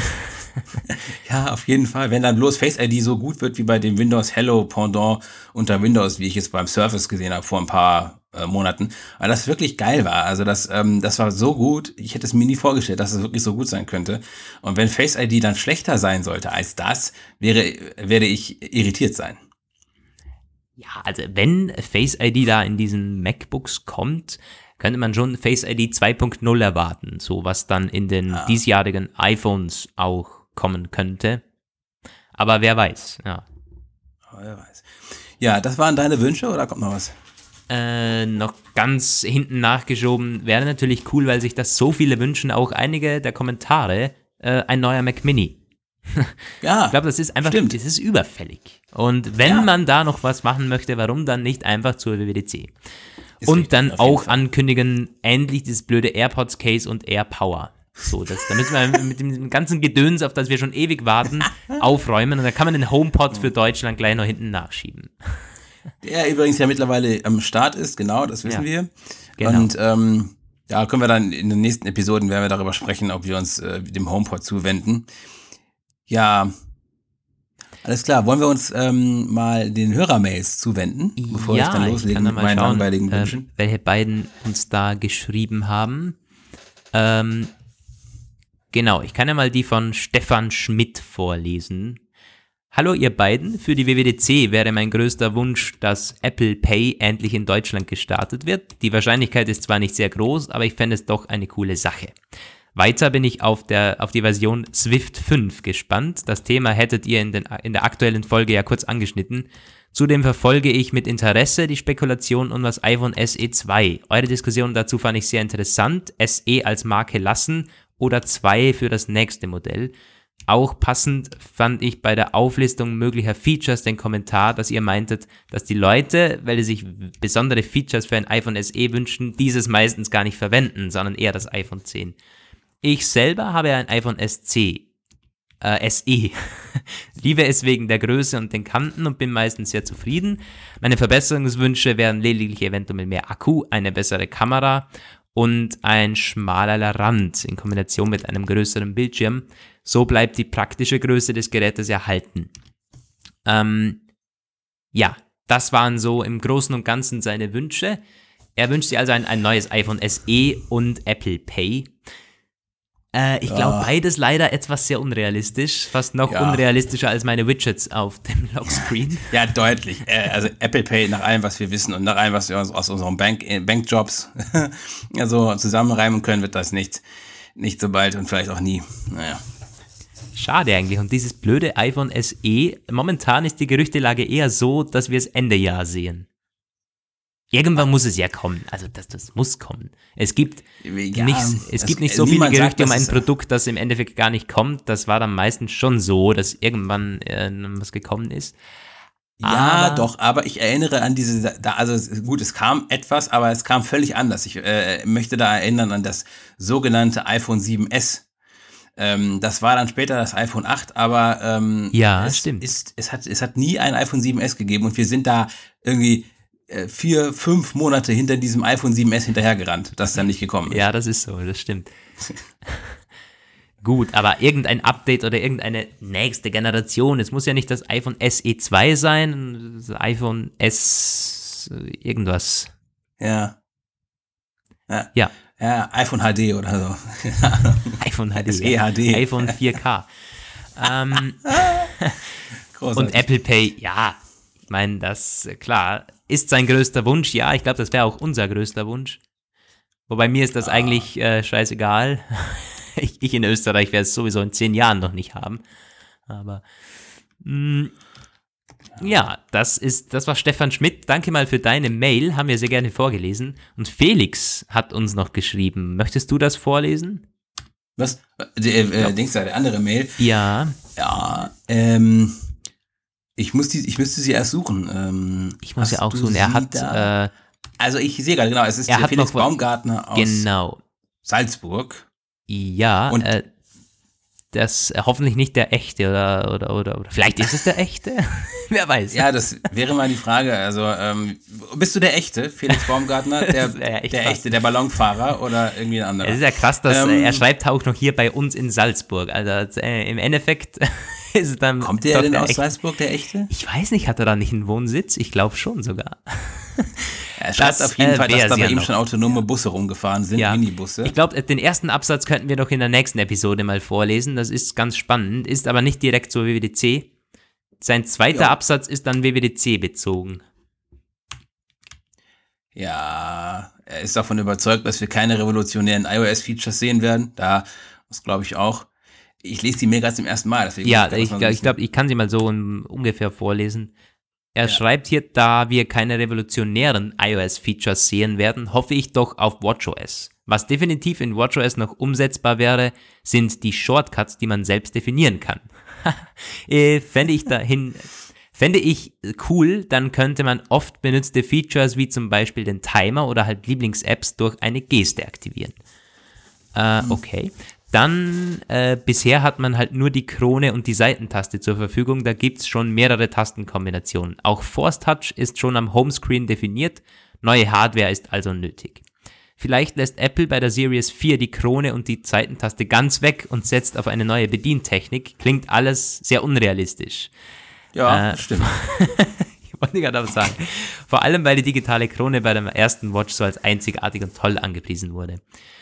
Ja, auf jeden Fall. Wenn dann bloß Face ID so gut wird wie bei dem Windows Hello Pendant unter Windows, wie ich es beim Surface gesehen habe vor ein paar Monaten, weil das wirklich geil war. Also das war so gut, ich hätte es mir nie vorgestellt, dass es wirklich so gut sein könnte. Und wenn Face ID dann schlechter sein sollte als das, werde ich irritiert sein. Ja, also wenn Face ID da in diesen MacBooks kommt, könnte man schon Face ID 2.0 erwarten, so was dann in den diesjährigen iPhones auch kommen könnte. Aber wer weiß, ja. Wer weiß. Ja, das waren deine Wünsche oder kommt noch was? Noch ganz hinten nachgeschoben, wäre natürlich cool, weil sich das so viele wünschen, auch einige der Kommentare, ein neuer Mac Mini. Ja, ich glaube, das ist einfach, das ist überfällig. Und wenn man da noch was machen möchte, warum dann nicht einfach zur WWDC? Ist und dann auch ankündigen, endlich dieses blöde AirPods Case und AirPower. So, da müssen wir mit dem ganzen Gedöns, auf das wir schon ewig warten, aufräumen und dann kann man den HomePod für Deutschland gleich noch hinten nachschieben. Der übrigens ja mittlerweile am Start ist, genau, das wissen wir. Genau. Und können wir dann in den nächsten Episoden werden wir darüber sprechen, ob wir uns dem HomePod zuwenden. Ja, alles klar. Wollen wir uns mal den Hörermails zuwenden, bevor ich dann loslege mit meinen langweiligen Wünschen? Welche beiden uns da geschrieben haben. Genau, ich kann ja mal die von Stefan Schmidt vorlesen. Hallo ihr beiden, für die WWDC wäre mein größter Wunsch, dass Apple Pay endlich in Deutschland gestartet wird. Die Wahrscheinlichkeit ist zwar nicht sehr groß, aber ich fände es doch eine coole Sache. Weiter bin ich auf die Version Swift 5 gespannt. Das Thema hättet ihr in der aktuellen Folge ja kurz angeschnitten. Zudem verfolge ich mit Interesse die Spekulation um das iPhone SE 2. Eure Diskussion dazu fand ich sehr interessant. SE als Marke lassen oder 2 für das nächste Modell. Auch passend fand ich bei der Auflistung möglicher Features den Kommentar, dass ihr meintet, dass die Leute, weil sie sich besondere Features für ein iPhone SE wünschen, dieses meistens gar nicht verwenden, sondern eher das iPhone 10. Ich selber habe ein iPhone SE. Liebe es wegen der Größe und den Kanten und bin meistens sehr zufrieden. Meine Verbesserungswünsche wären lediglich eventuell mehr Akku, eine bessere Kamera und ein schmalerer Rand in Kombination mit einem größeren Bildschirm. So bleibt die praktische Größe des Gerätes erhalten. Das waren so im Großen und Ganzen seine Wünsche. Er wünscht sich also ein neues iPhone SE und Apple Pay. Ich glaube, beides leider etwas sehr unrealistisch. Fast noch unrealistischer als meine Widgets auf dem Lockscreen. Ja, deutlich. Also Apple Pay, nach allem, was wir wissen und nach allem, was wir aus unseren Bankjobs also zusammenreimen können, wird das nicht so bald und vielleicht auch nie. Naja. Schade eigentlich. Und dieses blöde iPhone SE, momentan ist die Gerüchtelage eher so, dass wir es Ende Jahr sehen. Irgendwann muss es ja kommen. Also das muss kommen. Es gibt nicht so viele niemand sagt, Gerüchte um dass ein es- Produkt, das im Endeffekt gar nicht kommt. Das war dann meistens schon so, dass irgendwann was gekommen ist. Ja, Aber- doch, aber ich erinnere an also gut, es kam etwas, aber es kam völlig anders. Ich möchte da erinnern an das sogenannte iPhone 7S. Das war dann später das iPhone 8, aber stimmt. Es hat nie ein iPhone 7S gegeben und wir sind da irgendwie 4-5 Monate hinter diesem iPhone 7S hinterhergerannt, das dann nicht gekommen ist. Ja, das ist so, das stimmt. Gut, aber irgendein Update oder irgendeine nächste Generation, es muss ja nicht das iPhone SE 2 sein, das iPhone S irgendwas. Ja. Ja. Ja, iPhone HD oder so. iPhone HD. SE ja. HD. iPhone 4K. Großartig. Und Apple Pay, ja, ich meine, das, klar, ist sein größter Wunsch, ja, ich glaube, das wäre auch unser größter Wunsch. Wobei mir ist das eigentlich scheißegal. Ich in Österreich werde es sowieso in 10 Jahren noch nicht haben. Aber, ja, das war Stefan Schmidt. Danke mal für deine Mail, haben wir sehr gerne vorgelesen. Und Felix hat uns noch geschrieben. Möchtest du das vorlesen? Was? Denkst du, der andere Mail? Ja. Ja, ich müsste sie erst suchen. Ich muss ja Hast auch du suchen. Er sie hat, da? Also ich sehe gerade, genau, es ist er der hat Felix noch- Baumgartner aus genau. Salzburg. Ja, Und- das hoffentlich nicht der echte oder vielleicht ist es der echte? Wer weiß. Ja, das wäre mal die Frage. Also, bist du der echte Felix Baumgartner, Das wär echt der krass. echte, der Ballonfahrer oder irgendwie ein anderer? Es ist ja krass, dass Ähm, er schreibt auch noch hier bei uns in Salzburg. Also im Endeffekt ist es dann. Kommt der doch denn aus echte. Salzburg, der echte? Ich weiß nicht, hat er da nicht einen Wohnsitz? Ich glaube schon sogar. Er schreibt Das, auf jeden Fall, dass wär's da bei ja ihm noch. schon autonome Busse rumgefahren sind, Ja. Minibusse. Ich glaube, den ersten Absatz könnten wir doch in der nächsten Episode mal vorlesen. Das ist ganz spannend, ist aber nicht direkt zur WWDC. Sein zweiter Ja. Absatz ist dann WWDC bezogen. Ja, er ist davon überzeugt, dass wir keine revolutionären iOS-Features sehen werden. Das glaube ich auch. Ich lese die Mail gerade zum ersten Mal. Deswegen Ja, muss das ich mal so ein bisschen- glaube, ich kann sie mal so ungefähr vorlesen. Er schreibt hier, da wir keine revolutionären iOS-Features sehen werden, hoffe ich doch auf WatchOS. Was definitiv in WatchOS noch umsetzbar wäre, sind die Shortcuts, die man selbst definieren kann. Fände ich cool, dann könnte man oft benutzte Features wie zum Beispiel den Timer oder halt Lieblings-Apps durch eine Geste aktivieren. Okay. Dann, bisher hat man halt nur die Krone und die Seitentaste zur Verfügung, da gibt's schon mehrere Tastenkombinationen. Auch Force Touch ist schon am Homescreen definiert, neue Hardware ist also nötig. Vielleicht lässt Apple bei der Series 4 die Krone und die Seitentaste ganz weg und setzt auf eine neue Bedientechnik. Klingt alles sehr unrealistisch. Ja, stimmt. Ich wollte gerade was sagen. Vor allem, weil die digitale Krone bei dem ersten Watch so als einzigartig und toll angepriesen wurde.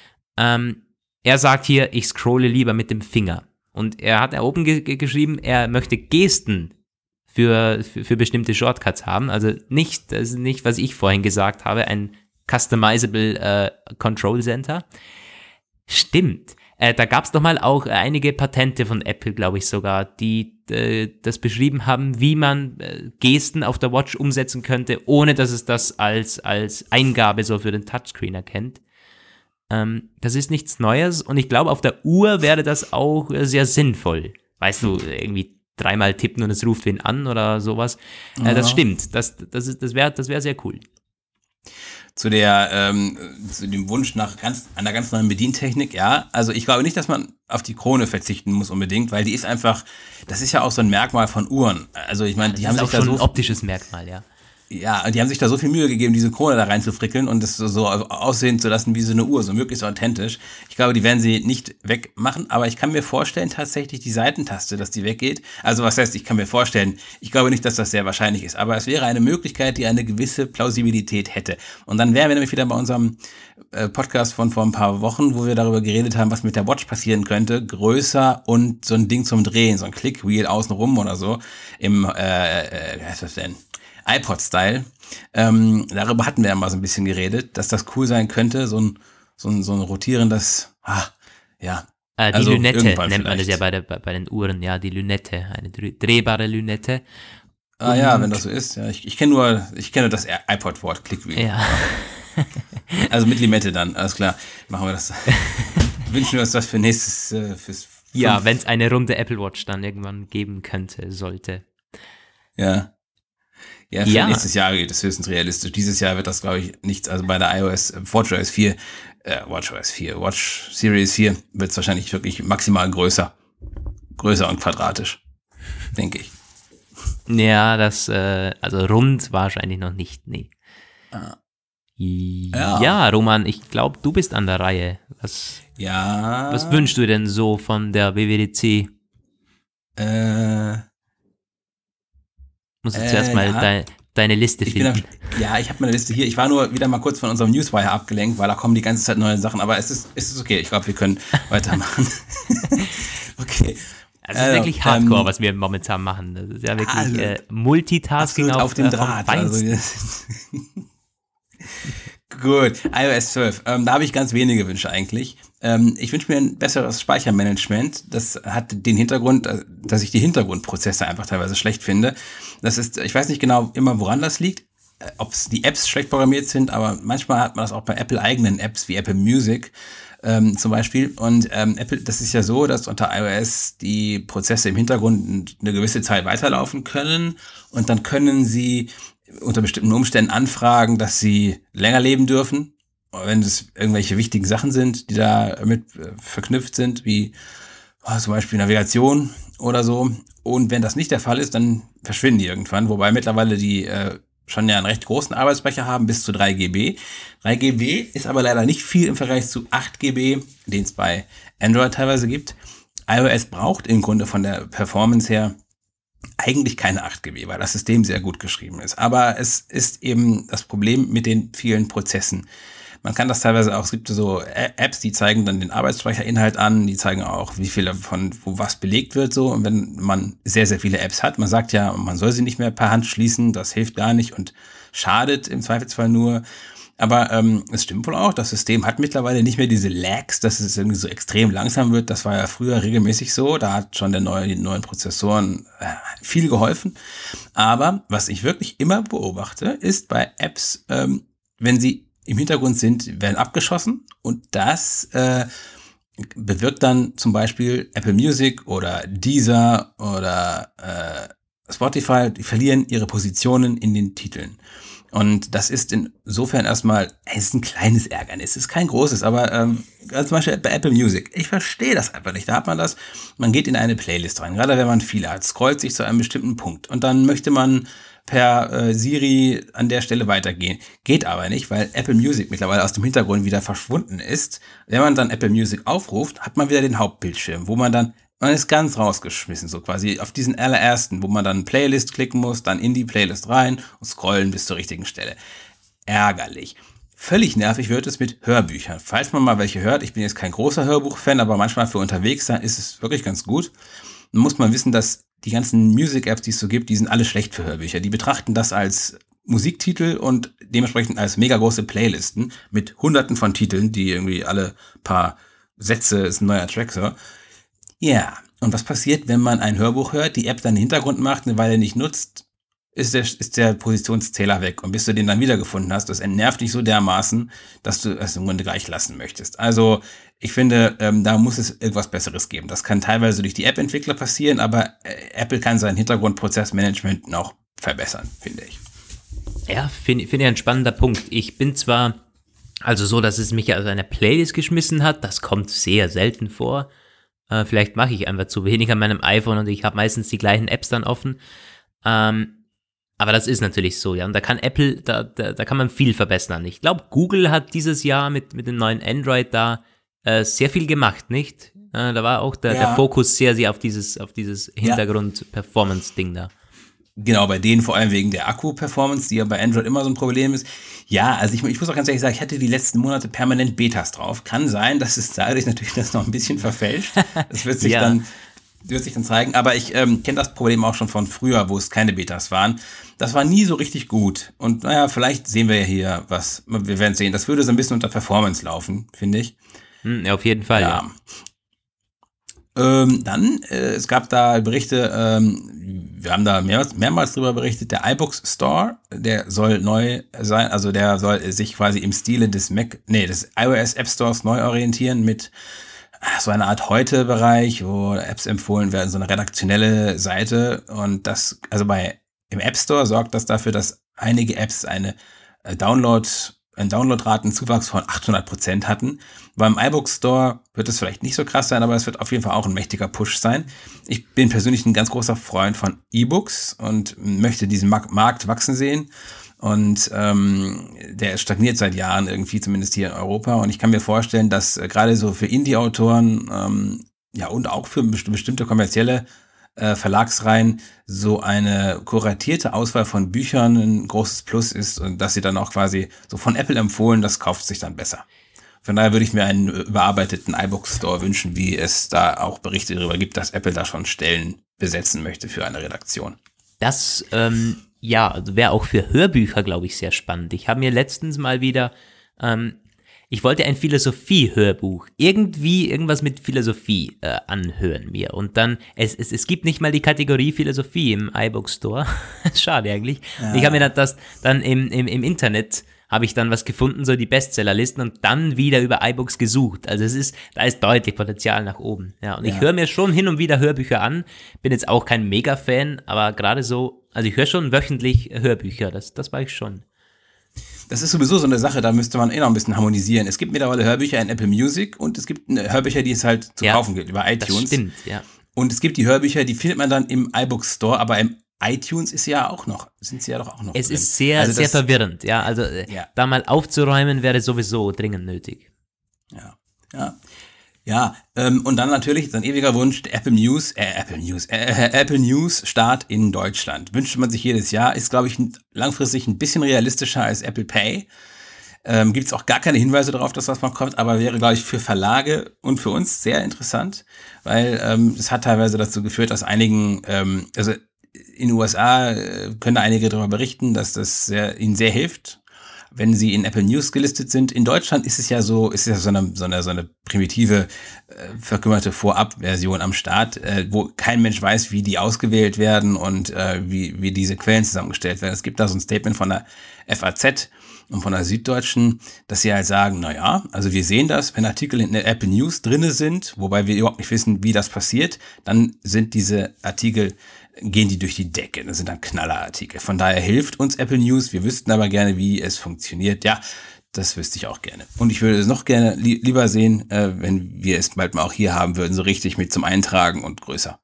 Er sagt hier, ich scrolle lieber mit dem Finger. Und er hat da oben geschrieben, er möchte Gesten für bestimmte Shortcuts haben. Also nicht, das ist nicht, was ich vorhin gesagt habe, ein Customizable Control Center. Stimmt. Da gab es doch mal auch einige Patente von Apple, glaube ich sogar, die das beschrieben haben, wie man Gesten auf der Watch umsetzen könnte, ohne dass es das als Eingabe so für den Touchscreen erkennt. Das ist nichts Neues und ich glaube, auf der Uhr wäre das auch sehr sinnvoll. Weißt du, irgendwie 3-mal tippen und es ruft wen an oder sowas. Das stimmt. Das wäre sehr cool. Zu dem Wunsch nach einer ganz neuen Bedientechnik, ja. Also ich glaube nicht, dass man auf die Krone verzichten muss unbedingt, weil die ist einfach, das ist ja auch so ein Merkmal von Uhren. Also ich meine, die haben Das ist sich auch da schon ein so, optisches Merkmal, ja. ja, die haben sich da so viel Mühe gegeben, diese Krone da reinzufrickeln und das so aussehen zu lassen wie so eine Uhr, so möglichst authentisch. Ich glaube, die werden sie nicht wegmachen, aber ich kann mir vorstellen, tatsächlich die Seitentaste, dass die weggeht. Also was heißt, ich kann mir vorstellen, ich glaube nicht, dass das sehr wahrscheinlich ist, aber es wäre eine Möglichkeit, die eine gewisse Plausibilität hätte. Und dann wären wir nämlich wieder bei unserem Podcast von vor ein paar Wochen, wo wir darüber geredet haben, was mit der Watch passieren könnte, größer und so ein Ding zum Drehen, so ein Clickwheel außenrum oder so, im, wie heißt das denn? iPod-Style. Darüber hatten wir ja mal so ein bisschen geredet, dass das cool sein könnte, so ein rotierendes, ja. Die Also Lünette irgendwann nennt man das ja vielleicht. bei den Uhren, ja, die Lünette, eine drehbare Lünette. Ja, wenn das so ist. Ja, ich kenne nur das iPod-Wort, Clickwheel. Ja. Also mit Limette dann, alles klar. Machen wir das. Wünschen wir uns das für nächstes, Ja, wenn es eine runde Apple Watch dann irgendwann geben könnte, sollte. Ja. Ja, für nächstes Jahr geht es höchstens realistisch. Dieses Jahr wird das, glaube ich, nichts. Also bei der Watch Series 4 wird es wahrscheinlich wirklich maximal größer und quadratisch, denke ich. Ja, also rund wahrscheinlich noch nicht, nee. Ja, Roman, ich glaube, du bist an der Reihe. Was wünschst du denn so von der WWDC? Musst du zuerst mal deine Liste finden. Ich habe meine Liste hier. Ich war nur wieder mal kurz von unserem Newswire abgelenkt, weil da kommen die ganze Zeit neue Sachen. Aber es ist okay. Ich glaube, wir können weitermachen. Okay. Also es ist wirklich Hardcore, was wir momentan machen. Das ist ja wirklich Multitasking auf dem Draht. Gut, iOS 12. Da habe ich ganz wenige Wünsche eigentlich. Ich wünsche mir ein besseres Speichermanagement. Das hat den Hintergrund, dass ich die Hintergrundprozesse einfach teilweise schlecht finde. Das ist, ich weiß nicht genau immer, woran das liegt. Ob es die Apps schlecht programmiert sind, aber manchmal hat man das auch bei Apple-eigenen Apps wie Apple Music zum Beispiel. Und Apple, das ist ja so, dass unter iOS die Prozesse im Hintergrund eine gewisse Zeit weiterlaufen können und dann können sie unter bestimmten Umständen anfragen, dass sie länger leben dürfen, wenn es irgendwelche wichtigen Sachen sind, die da mit verknüpft sind, wie zum Beispiel Navigation oder so. Und wenn das nicht der Fall ist, dann verschwinden die irgendwann, wobei mittlerweile die schon ja einen recht großen Arbeitsspeicher haben, bis zu 3 GB. 3 GB ist aber leider nicht viel im Vergleich zu 8 GB, den es bei Android teilweise gibt. iOS braucht im Grunde von der Performance her eigentlich keine 8 GB, weil das System sehr gut geschrieben ist. Aber es ist eben das Problem mit den vielen Prozessen. Man kann das teilweise auch, es gibt so Apps, die zeigen dann den Arbeitsspeicherinhalt an, die zeigen auch, wie viel davon, wo was belegt wird, so. Und wenn man sehr, sehr viele Apps hat, man sagt ja, man soll sie nicht mehr per Hand schließen, das hilft gar nicht und schadet im Zweifelsfall nur. Aber es stimmt wohl auch, das System hat mittlerweile nicht mehr diese Lags, dass es irgendwie so extrem langsam wird. Das war ja früher regelmäßig so, da hat schon die neuen Prozessoren viel geholfen. Aber was ich wirklich immer beobachte, ist bei Apps, wenn sie im Hintergrund sind, werden abgeschossen und das bewirkt dann zum Beispiel Apple Music oder Deezer oder Spotify, die verlieren ihre Positionen in den Titeln. Und das ist insofern erstmal, es ist ein kleines Ärgernis, es ist kein großes, aber zum Beispiel bei Apple Music, ich verstehe das einfach nicht. Da hat man das, man geht in eine Playlist rein, gerade wenn man viele hat, scrollt sich zu einem bestimmten Punkt und dann möchte man per Siri an der Stelle weitergehen. Geht aber nicht, weil Apple Music mittlerweile aus dem Hintergrund wieder verschwunden ist. Wenn man dann Apple Music aufruft, hat man wieder den Hauptbildschirm, wo man ist ganz rausgeschmissen, so quasi auf diesen allerersten, wo man dann Playlist klicken muss, dann in die Playlist rein und scrollen bis zur richtigen Stelle. Ärgerlich. Völlig nervig wird es mit Hörbüchern. Falls man mal welche hört, ich bin jetzt kein großer Hörbuch-Fan, aber manchmal für unterwegs sein ist es wirklich ganz gut. Dann muss man wissen, dass die ganzen Music-Apps, die es so gibt, die sind alle schlecht für Hörbücher. Die betrachten das als Musiktitel und dementsprechend als mega große Playlisten mit hunderten von Titeln, die irgendwie alle paar Sätze ist ein neuer Track so. Ja, und was passiert, wenn man ein Hörbuch hört, die App dann im Hintergrund macht, eine Weile nicht nutzt, ist der Positionszähler weg. Und bis du den dann wiedergefunden hast, das entnervt dich so dermaßen, dass du es im Grunde gleich lassen möchtest. Also ich finde, da muss es irgendwas Besseres geben. Das kann teilweise durch die App-Entwickler passieren, aber Apple kann sein Hintergrundprozessmanagement noch verbessern, finde ich. Ja, finde ich ein spannender Punkt. Ich bin zwar, also so, dass es mich aus einer Playlist geschmissen hat, das kommt sehr selten vor. Vielleicht mache ich einfach zu wenig an meinem iPhone und ich habe meistens die gleichen Apps dann offen. Aber das ist natürlich so, ja. Und da kann Apple, da kann man viel verbessern. Ich glaube, Google hat dieses Jahr mit dem neuen Android da sehr viel gemacht, nicht? Da war auch der Fokus sehr, sehr auf dieses Hintergrund-Performance-Ding da. Genau, bei denen vor allem wegen der Akku-Performance, die ja bei Android immer so ein Problem ist. Ja, also ich muss auch ganz ehrlich sagen, ich hatte die letzten Monate permanent Betas drauf. Kann sein, dass es dadurch natürlich das noch ein bisschen verfälscht. Das wird sich dann zeigen. Aber ich kenne das Problem auch schon von früher, wo es keine Betas waren. Das war nie so richtig gut. Und naja, vielleicht sehen wir ja hier was. Wir werden sehen. Das würde so ein bisschen unter Performance laufen, finde ich. Auf jeden Fall, ja. Es gab da Berichte, wir haben da mehrmals drüber berichtet, der iBooks Store, der soll neu sein, also der soll sich quasi im Stile des iOS App Stores neu orientieren mit so einer Art Heute-Bereich, wo Apps empfohlen werden, so eine redaktionelle Seite, und im App Store sorgt das dafür, dass einige Apps einen Downloadratenzuwachs von 800% hatten. Beim iBooks Store wird es vielleicht nicht so krass sein, aber es wird auf jeden Fall auch ein mächtiger Push sein. Ich bin persönlich ein ganz großer Freund von E-Books und möchte diesen Markt wachsen sehen. Und der stagniert seit Jahren irgendwie, zumindest hier in Europa. Und ich kann mir vorstellen, dass gerade so für Indie-Autoren und auch für bestimmte kommerzielle Verlagsreihen so eine kuratierte Auswahl von Büchern ein großes Plus ist und dass sie dann auch quasi so von Apple empfohlen, das kauft sich dann besser. Von daher würde ich mir einen überarbeiteten iBooks Store wünschen, wie es da auch Berichte darüber gibt, dass Apple da schon Stellen besetzen möchte für eine Redaktion. Das wäre auch für Hörbücher, glaube ich, sehr spannend. Ich habe mir letztens mal wieder ich wollte ein Philosophie-Hörbuch, irgendwas mit Philosophie anhören mir. Und dann, es gibt nicht mal die Kategorie Philosophie im iBooks Store. Schade eigentlich. Ja. Ich habe mir das dann im Internet, habe ich dann was gefunden, so die Bestsellerlisten, und dann wieder über iBooks gesucht. Also da ist deutlich Potenzial nach oben. Ja, und ich höre mir schon hin und wieder Hörbücher an, bin jetzt auch kein Mega-Fan, aber gerade so, also ich höre schon wöchentlich Hörbücher, das war ich schon. Das ist sowieso so eine Sache, da müsste man noch ein bisschen harmonisieren. Es gibt mittlerweile Hörbücher in Apple Music und es gibt Hörbücher, die es halt zu kaufen gibt über iTunes. Das stimmt, ja. Und es gibt die Hörbücher, die findet man dann im iBooks Store, aber im iTunes sind sie ja doch auch noch Es drin. Ist sehr verwirrend, ja. Also da mal aufzuräumen wäre sowieso dringend nötig. Ja, und dann natürlich sein ewiger Wunsch, der Apple News Start in Deutschland. Wünscht man sich jedes Jahr, ist, glaube ich, langfristig ein bisschen realistischer als Apple Pay. Gibt es auch gar keine Hinweise darauf, dass das mal kommt, aber wäre, glaube ich, für Verlage und für uns sehr interessant, weil es hat teilweise dazu geführt, dass einigen, also in den USA können da einige darüber berichten, dass das ihnen sehr hilft, wenn sie in Apple News gelistet sind. In Deutschland ist es ja so eine primitive, verkümmerte Vorab-Version am Start, wo kein Mensch weiß, wie die ausgewählt werden und wie diese Quellen zusammengestellt werden. Es gibt da so ein Statement von der FAZ und von der Süddeutschen, dass sie halt sagen, also wir sehen das, wenn Artikel in der Apple News drinne sind, wobei wir überhaupt nicht wissen, wie das passiert, dann sind diese Artikel, gehen die durch die Decke. Das sind dann Knallerartikel. Von daher hilft uns Apple News. Wir wüssten aber gerne, wie es funktioniert. Ja, das wüsste ich auch gerne. Und ich würde es noch gerne lieber sehen, wenn wir es bald mal auch hier haben würden, so richtig mit zum Eintragen und größer.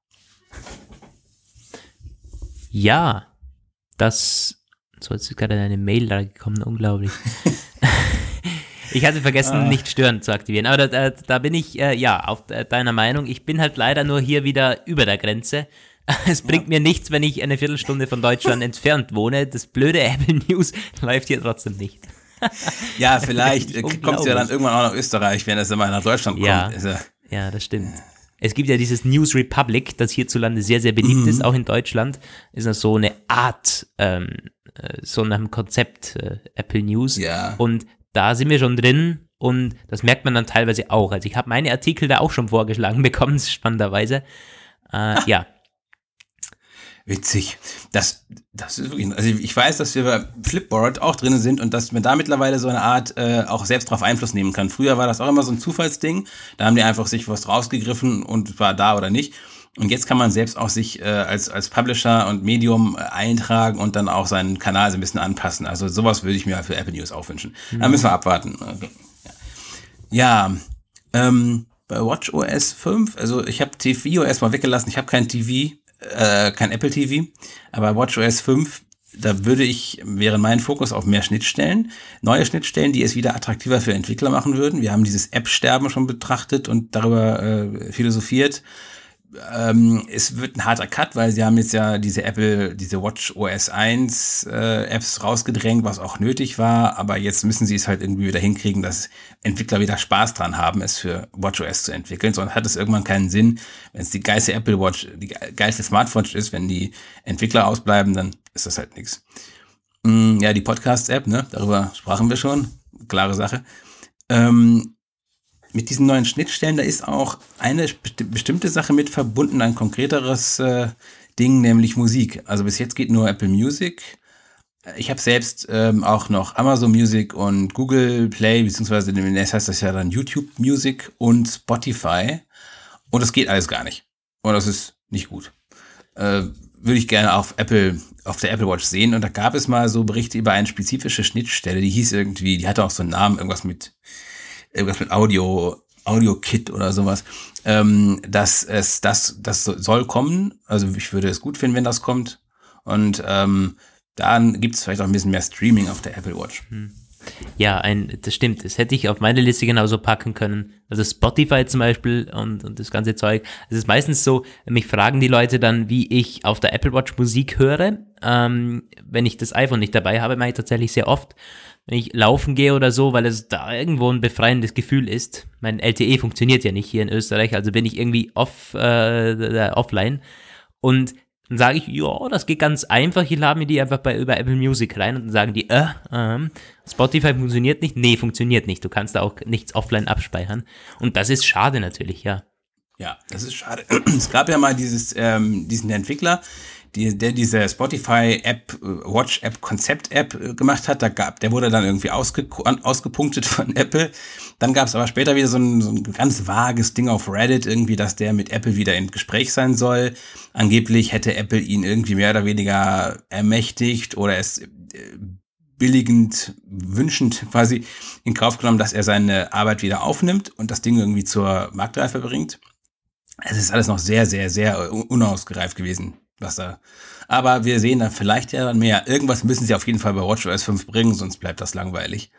Ja, so jetzt ist gerade eine Mail da gekommen, unglaublich. Ich hatte vergessen, nicht stören zu aktivieren. Aber da bin ich, auf deiner Meinung. Ich bin halt leider nur hier wieder über der Grenze. Es bringt mir nichts, wenn ich eine Viertelstunde von Deutschland entfernt wohne. Das blöde Apple News läuft hier trotzdem nicht. Ja, vielleicht kommt es ja dann irgendwann auch nach Österreich, wenn es immer nach Deutschland kommt. Ja, das stimmt. Es gibt ja dieses News Republic, das hierzulande sehr, sehr beliebt ist, auch in Deutschland. Ist das so eine Art, so nach dem Konzept Apple News. Ja. Und da sind wir schon drin und das merkt man dann teilweise auch. Also ich habe meine Artikel da auch schon vorgeschlagen bekommen, spannenderweise. Ja. Witzig. Das ist wirklich, also ich weiß, dass wir bei Flipboard auch drin sind und dass man da mittlerweile so eine Art auch selbst drauf Einfluss nehmen kann. Früher war das auch immer so ein Zufallsding. Da haben die einfach sich was rausgegriffen und war da oder nicht. Und jetzt kann man selbst auch sich als Publisher und Medium eintragen und dann auch seinen Kanal so ein bisschen anpassen. Also sowas würde ich mir für Apple News auch wünschen. Da müssen wir abwarten. Okay. Ja, bei WatchOS 5, also ich habe tvOS mal weggelassen. Ich habe kein Apple TV, aber WatchOS 5, da wäre mein Fokus auf mehr Schnittstellen, neue Schnittstellen, die es wieder attraktiver für Entwickler machen würden. Wir haben dieses App-Sterben schon betrachtet und darüber philosophiert. Es wird ein harter Cut, weil sie haben jetzt ja diese WatchOS 1 Apps rausgedrängt, was auch nötig war, aber jetzt müssen sie es halt irgendwie wieder hinkriegen, dass Entwickler wieder Spaß dran haben, es für WatchOS zu entwickeln, sonst hat es irgendwann keinen Sinn, wenn es die geilste Apple Watch, die geilste Smartwatch ist, wenn die Entwickler ausbleiben, dann ist das halt nichts. Ja, die Podcast-App, ne, darüber sprachen wir schon, klare Sache. mit diesen neuen Schnittstellen, da ist auch eine bestimmte Sache mit verbunden, ein konkreteres Ding, nämlich Musik. Also bis jetzt geht nur Apple Music. Ich habe selbst auch noch Amazon Music und Google Play, beziehungsweise demnächst heißt das ja dann YouTube Music und Spotify. Und das geht alles gar nicht. Und das ist nicht gut. Würde ich gerne auf der Apple Watch sehen. Und da gab es mal so Berichte über eine spezifische Schnittstelle, die hieß irgendwie, die hatte auch so einen Namen, irgendwas mit Audio-Kit oder sowas. Das soll kommen. Also ich würde es gut finden, wenn das kommt. Und dann gibt es vielleicht auch ein bisschen mehr Streaming auf der Apple Watch. Ja, das stimmt. Das hätte ich auf meine Liste genauso packen können. Also Spotify zum Beispiel und das ganze Zeug. Es ist meistens so, mich fragen die Leute dann, wie ich auf der Apple Watch Musik höre. Wenn ich das iPhone nicht dabei habe, mache ich tatsächlich sehr oft, wenn ich laufen gehe oder so, weil es da irgendwo ein befreiendes Gefühl ist. Mein LTE funktioniert ja nicht hier in Österreich, also bin ich irgendwie offline. Und dann sage ich, ja, das geht ganz einfach, ich lade mir die einfach über Apple Music rein und dann sagen die, Spotify funktioniert nicht? Nee, funktioniert nicht, du kannst da auch nichts offline abspeichern. Und das ist schade natürlich, ja. Ja, das ist schade. Es gab ja mal diesen Entwickler, der diese Spotify-App, Watch-App, Konzept-App gemacht hat, der wurde dann irgendwie ausgepunktet von Apple. Dann gab es aber später wieder so ein ganz vages Ding auf Reddit, irgendwie, dass der mit Apple wieder im Gespräch sein soll. Angeblich hätte Apple ihn irgendwie mehr oder weniger ermächtigt oder es billigend, wünschend quasi in Kauf genommen, dass er seine Arbeit wieder aufnimmt und das Ding irgendwie zur Marktreife bringt. Es ist alles noch sehr, sehr, sehr unausgereift gewesen. Aber wir sehen da vielleicht ja dann mehr. Irgendwas müssen sie auf jeden Fall bei WatchOS 5 bringen, sonst bleibt das langweilig.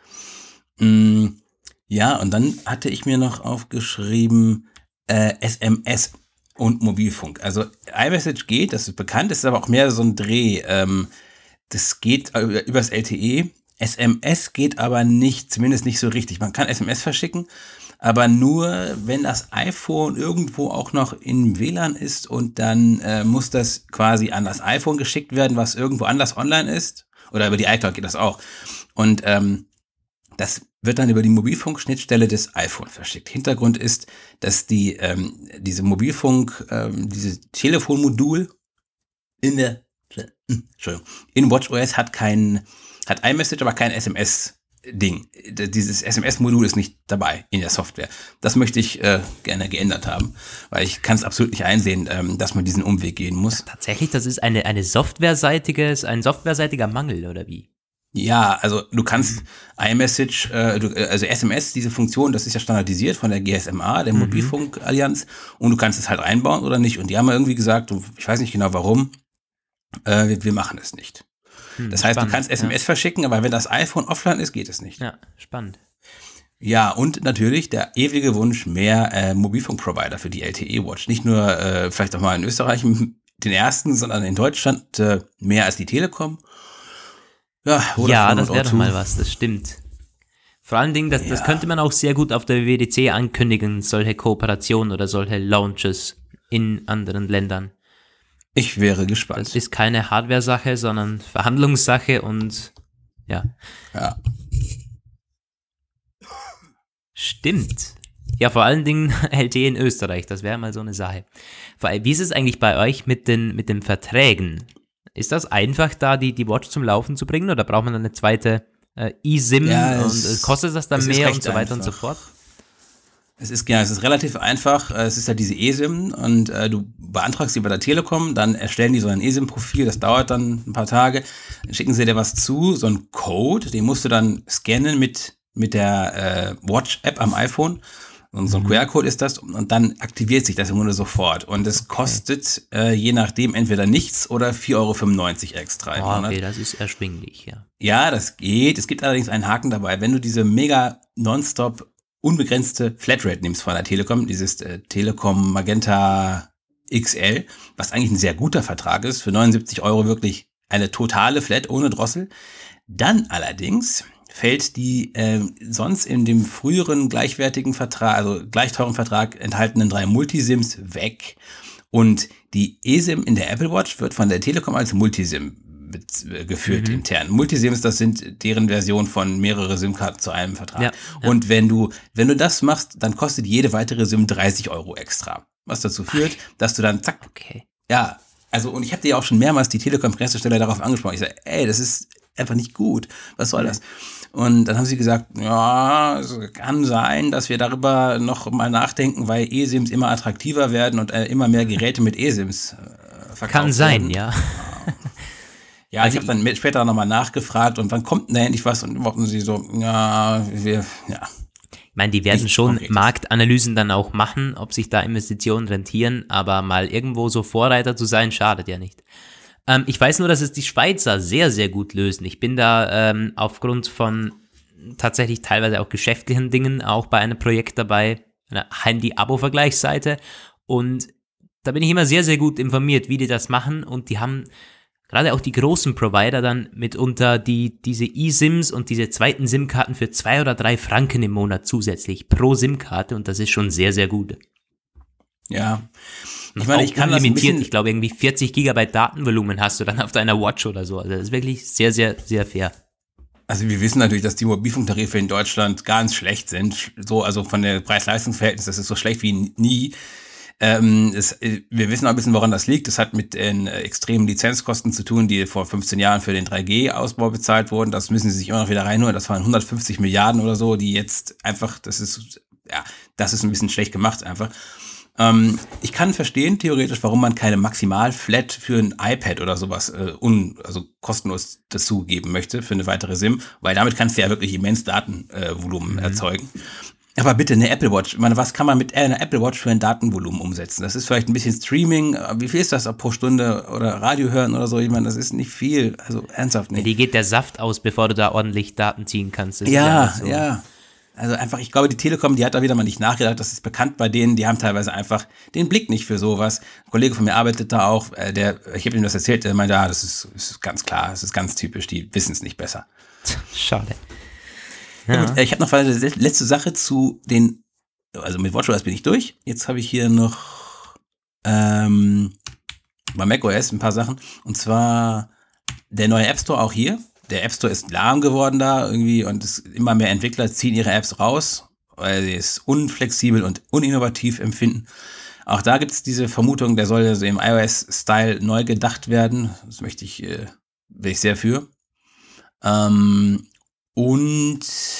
Ja, und dann hatte ich mir noch aufgeschrieben SMS und Mobilfunk. Also iMessage geht, das ist bekannt, das ist aber auch mehr so ein Dreh. Das geht übers LTE. SMS geht aber nicht, zumindest nicht so richtig. Man kann SMS verschicken, aber nur, wenn das iPhone irgendwo auch noch in WLAN ist und dann muss das quasi an das iPhone geschickt werden, was irgendwo anders online ist. Oder über die iCloud geht das auch. Und das wird dann über die Mobilfunkschnittstelle des iPhone verschickt. Hintergrund ist, dass diese Telefonmodul in WatchOS hat iMessage, aber kein SMS-Ding. Dieses SMS-Modul ist nicht dabei in der Software. Das möchte ich gerne geändert haben, weil ich kann es absolut nicht einsehen, dass man diesen Umweg gehen muss. Tatsächlich, das ist ein softwareseitiger Mangel, oder wie? Ja, also du kannst iMessage, also SMS, diese Funktion, das ist ja standardisiert von der GSMA, der Mobilfunkallianz, und du kannst es halt einbauen oder nicht. Und die haben irgendwie gesagt, ich weiß nicht genau warum, wir machen es nicht. Das heißt, spannend, du kannst SMS verschicken, aber wenn das iPhone offline ist, geht es nicht. Ja, spannend. Ja, und natürlich der ewige Wunsch, mehr Mobilfunkprovider für die LTE-Watch. Nicht nur vielleicht auch mal in Österreich den ersten, sondern in Deutschland mehr als die Telekom. Ja, das wäre doch mal was, das stimmt. Vor allen Dingen, das könnte man auch sehr gut auf der WWDC ankündigen, solche Kooperationen oder solche Launches in anderen Ländern. Ich wäre gespannt. Das ist keine Hardware-Sache, sondern Verhandlungssache und ja. Ja. Stimmt. Ja, vor allen Dingen LTE in Österreich, das wäre mal so eine Sache. Wie ist es eigentlich bei euch mit den Verträgen? Ist das einfach, da die Watch zum Laufen zu bringen oder braucht man dann eine zweite eSIM und kostet das dann mehr und so weiter und so fort? Es ist relativ einfach. Es ist ja diese eSIM und du beantragst sie bei der Telekom, dann erstellen die so ein eSIM-Profil, das dauert dann ein paar Tage, dann schicken sie dir was zu, so einen Code, den musst du dann scannen mit der Watch-App am iPhone. Und so ein QR-Code ist das und dann aktiviert sich das im Grunde sofort. Und es kostet je nachdem entweder nichts oder 4,95 € extra im Monat. Okay, das ist erschwinglich, ja. Ja, das geht. Es gibt allerdings einen Haken dabei. Wenn du diese mega nonstop unbegrenzte Flatrate nimmst von der Telekom, dieses Telekom Magenta XL, was eigentlich ein sehr guter Vertrag ist, für 79 € wirklich eine totale Flat ohne Drossel, dann allerdings fällt die sonst in dem früheren gleichwertigen Vertrag, also gleich teuren Vertrag enthaltenen 3 Multisims weg. Und die eSIM in der Apple Watch wird von der Telekom als Multisim geführt intern. Multisims, das sind deren Version von mehrere SIM-Karten zu einem Vertrag. Ja. Und wenn du das machst, dann kostet jede weitere SIM 30 € extra. Was dazu führt, dass du dann zack. Okay. Ja, also und ich habe dir ja auch schon mehrmals die Telekom-Pressestelle darauf angesprochen. Ich sage, das ist einfach nicht gut. Was soll das? Und dann haben sie gesagt, ja, es kann sein, dass wir darüber noch mal nachdenken, weil eSIMs immer attraktiver werden und immer mehr Geräte mit eSIMs verkauft kann sein, werden. Ja. Ja, also ich habe dann später nochmal nachgefragt und wann kommt denn endlich was? Und wollten sie so, ja. Ich meine, die werden schon Marktanalysen dann auch machen, ob sich da Investitionen rentieren, aber mal irgendwo so Vorreiter zu sein, schadet ja nicht. Ich weiß nur, dass es die Schweizer sehr, sehr gut lösen. Ich bin da aufgrund von tatsächlich teilweise auch geschäftlichen Dingen auch bei einem Projekt dabei, einer Handy-Abo-Vergleichsseite, und da bin ich immer sehr, sehr gut informiert, wie die das machen, und die haben gerade auch die großen Provider dann mitunter diese eSIMs und diese zweiten SIM-Karten für 2 oder 3 Franken im Monat zusätzlich pro SIM-Karte, und das ist schon sehr, sehr gut. Ja. Ich meine, ich kann limitiert, ich glaube irgendwie 40 GB Datenvolumen hast du dann auf deiner Watch oder so. Also das ist wirklich sehr, sehr, sehr fair. Also wir wissen natürlich, dass die Mobilfunktarife in Deutschland ganz schlecht sind. So, also von der Preis-Leistungs-Verhältnis, das ist so schlecht wie nie. Wir wissen auch ein bisschen, woran das liegt. Das hat mit den extremen Lizenzkosten zu tun, die vor 15 Jahren für den 3G-Ausbau bezahlt wurden. Das müssen sie sich immer noch wieder reinholen. Das waren 150 Milliarden oder so, die jetzt einfach, das ist ein bisschen schlecht gemacht einfach. Ich kann verstehen, theoretisch, warum man keine Maximal-Flat für ein iPad oder sowas also kostenlos dazu geben möchte für eine weitere SIM, weil damit kannst du ja wirklich immens Datenvolumen erzeugen. Aber bitte eine Apple Watch. Ich meine, was kann man mit einer Apple Watch für ein Datenvolumen umsetzen? Das ist vielleicht ein bisschen Streaming. Wie viel ist das pro Stunde? Oder Radio hören oder so? Ich meine, das ist nicht viel. Also ernsthaft nicht. Die geht der Saft aus, bevor du da ordentlich Daten ziehen kannst. Ja. Also einfach, ich glaube, die Telekom, die hat da wieder mal nicht nachgedacht. Das ist bekannt bei denen. Die haben teilweise einfach den Blick nicht für sowas. Ein Kollege von mir arbeitet da auch. Ich habe ihm das erzählt. Der meinte, das ist ganz klar. Das ist ganz typisch. Die wissen es nicht besser. Schade. Ja. Gut, ich habe noch eine letzte Sache zu den, also mit WatchOS bin ich durch. Jetzt habe ich hier noch bei macOS ein paar Sachen. Und zwar der neue App Store auch hier. Der App Store ist lahm geworden da irgendwie und immer mehr Entwickler ziehen ihre Apps raus, weil sie es unflexibel und uninnovativ empfinden. Auch da gibt es diese Vermutung, der soll also im iOS-Style neu gedacht werden. Das bin ich sehr für. Und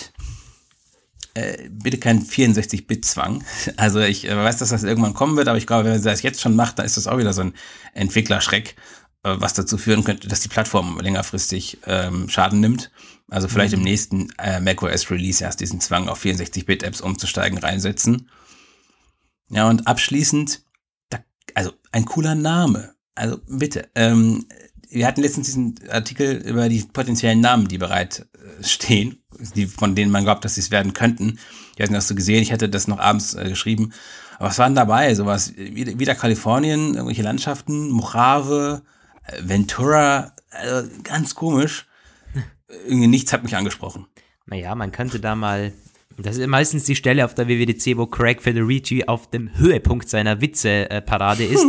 bitte kein 64-Bit-Zwang. Also ich weiß, dass das irgendwann kommen wird, aber ich glaube, wenn man das jetzt schon macht, dann ist das auch wieder so ein Entwicklerschreck, was dazu führen könnte, dass die Plattform längerfristig Schaden nimmt. Also vielleicht im nächsten macOS-Release erst diesen Zwang auf 64-Bit-Apps umzusteigen reinsetzen. Ja, und abschließend, also ein cooler Name. Also bitte, wir hatten letztens diesen Artikel über die potenziellen Namen, die bereit stehen, von denen man glaubt, dass sie es werden könnten. Ich weiß nicht, hast du gesehen, ich hatte das noch abends geschrieben. Aber was waren dabei? Sowas, wieder Kalifornien, irgendwelche Landschaften, Mojave, Ventura, also ganz komisch. Irgendwie nichts hat mich angesprochen. Naja, man könnte da mal, das ist meistens die Stelle auf der WWDC, wo Craig Federici auf dem Höhepunkt seiner Witze-Parade ist.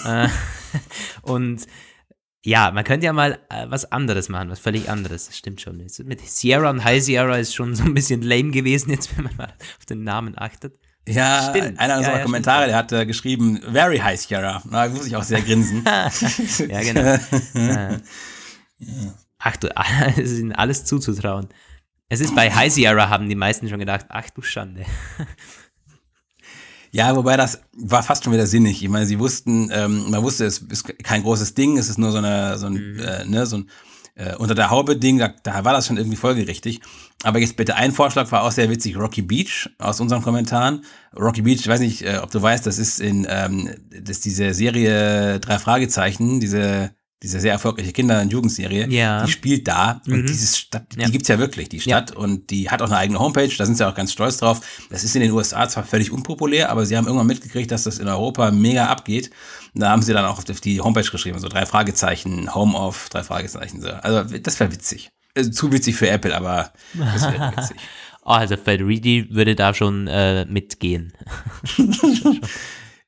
Und ja, man könnte ja mal was anderes machen, was völlig anderes, das stimmt schon. Mit Sierra und High Sierra ist schon so ein bisschen lame gewesen, jetzt wenn man mal auf den Namen achtet. Ja, stimmt. Einer unserer Kommentare, der hat geschrieben, very high Sierra. Da muss ich auch sehr grinsen. Ja, genau. Ach du, es ist ihnen alles zuzutrauen. Es ist bei High Sierra, haben die meisten schon gedacht, ach du Schande. Ja, wobei das war fast schon wieder sinnig. Ich meine, sie wussten, man wusste, es ist kein großes Ding, es ist nur so ein unter der Haube Ding, da war das schon irgendwie folgerichtig. Aber jetzt bitte, ein Vorschlag war auch sehr witzig, Rocky Beach aus unseren Kommentaren. Rocky Beach, ich weiß nicht, ob du weißt, das ist diese Serie 3 Fragezeichen, diese sehr erfolgreiche Kinder- und Jugendserie, die spielt da und diese Stadt, die gibt's ja wirklich, die Stadt, und die hat auch eine eigene Homepage, da sind sie auch ganz stolz drauf. Das ist in den USA zwar völlig unpopulär, aber sie haben irgendwann mitgekriegt, dass das in Europa mega abgeht. Und da haben sie dann auch auf die Homepage geschrieben, so 3 Fragezeichen, Home of, 3 Fragezeichen, so. Also das wäre witzig. Zu witzig für Apple, aber das wäre witzig. Also Federici würde da schon mitgehen.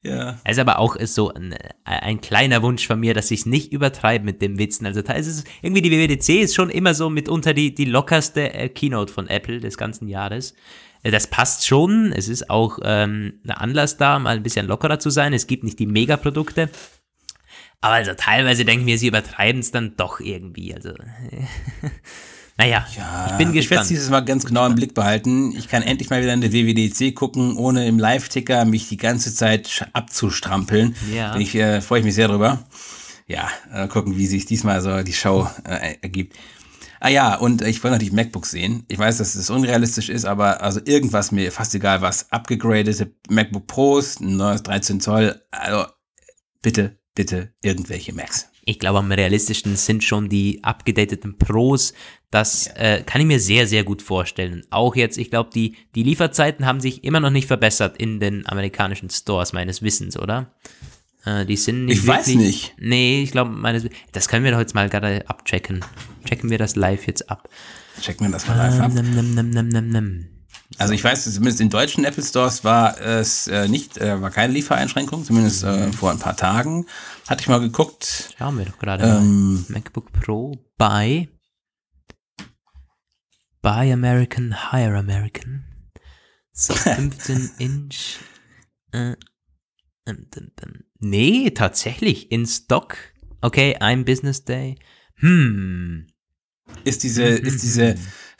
Ja. Es ist aber auch so ein kleiner Wunsch von mir, dass ich es nicht übertreibe mit dem Witzen. Also teilweise ist irgendwie die WWDC ist schon immer so mitunter die lockerste Keynote von Apple des ganzen Jahres. Das passt schon. Es ist auch ein Anlass da, mal ein bisschen lockerer zu sein. Es gibt nicht die Megaprodukte. Aber also teilweise denke ich mir, sie übertreiben es dann doch irgendwie. Also naja, Ja, ich bin ich werde gespannt. es dieses Mal ganz genau im Blick behalten. Ich kann endlich mal wieder in der WWDC gucken, ohne im Live-Ticker mich die ganze Zeit abzustrampeln. Ja. Freue ich mich sehr drüber. Ja, gucken, wie sich diesmal so die Show ergibt. Ah ja, und ich wollte natürlich MacBooks sehen. Ich weiß, dass es unrealistisch ist, aber also irgendwas, mir fast egal was, abgegradete MacBook Pros, ein neues 13 Zoll, also bitte irgendwelche Macs. Ich glaube, am realistischsten sind schon die abgedateten Pros. Das kann ich mir sehr, sehr gut vorstellen. Auch jetzt, ich glaube, die Lieferzeiten haben sich immer noch nicht verbessert in den amerikanischen Stores, meines Wissens, oder? Die sind nicht Ich wirklich, weiß nicht. Nee, ich glaube, das können wir doch jetzt mal gerade abchecken. Checken wir das live jetzt ab. Checken wir das mal live ab. Also ich weiß, zumindest in deutschen Apple Stores war es war keine Liefereinschränkung, zumindest vor ein paar Tagen. Hatte ich mal geguckt. Schauen wir doch gerade mal. MacBook Pro Buy American, Hire American. So, 15 Inch. Nee, tatsächlich, in Stock. Okay, ein Business Day. Ist diese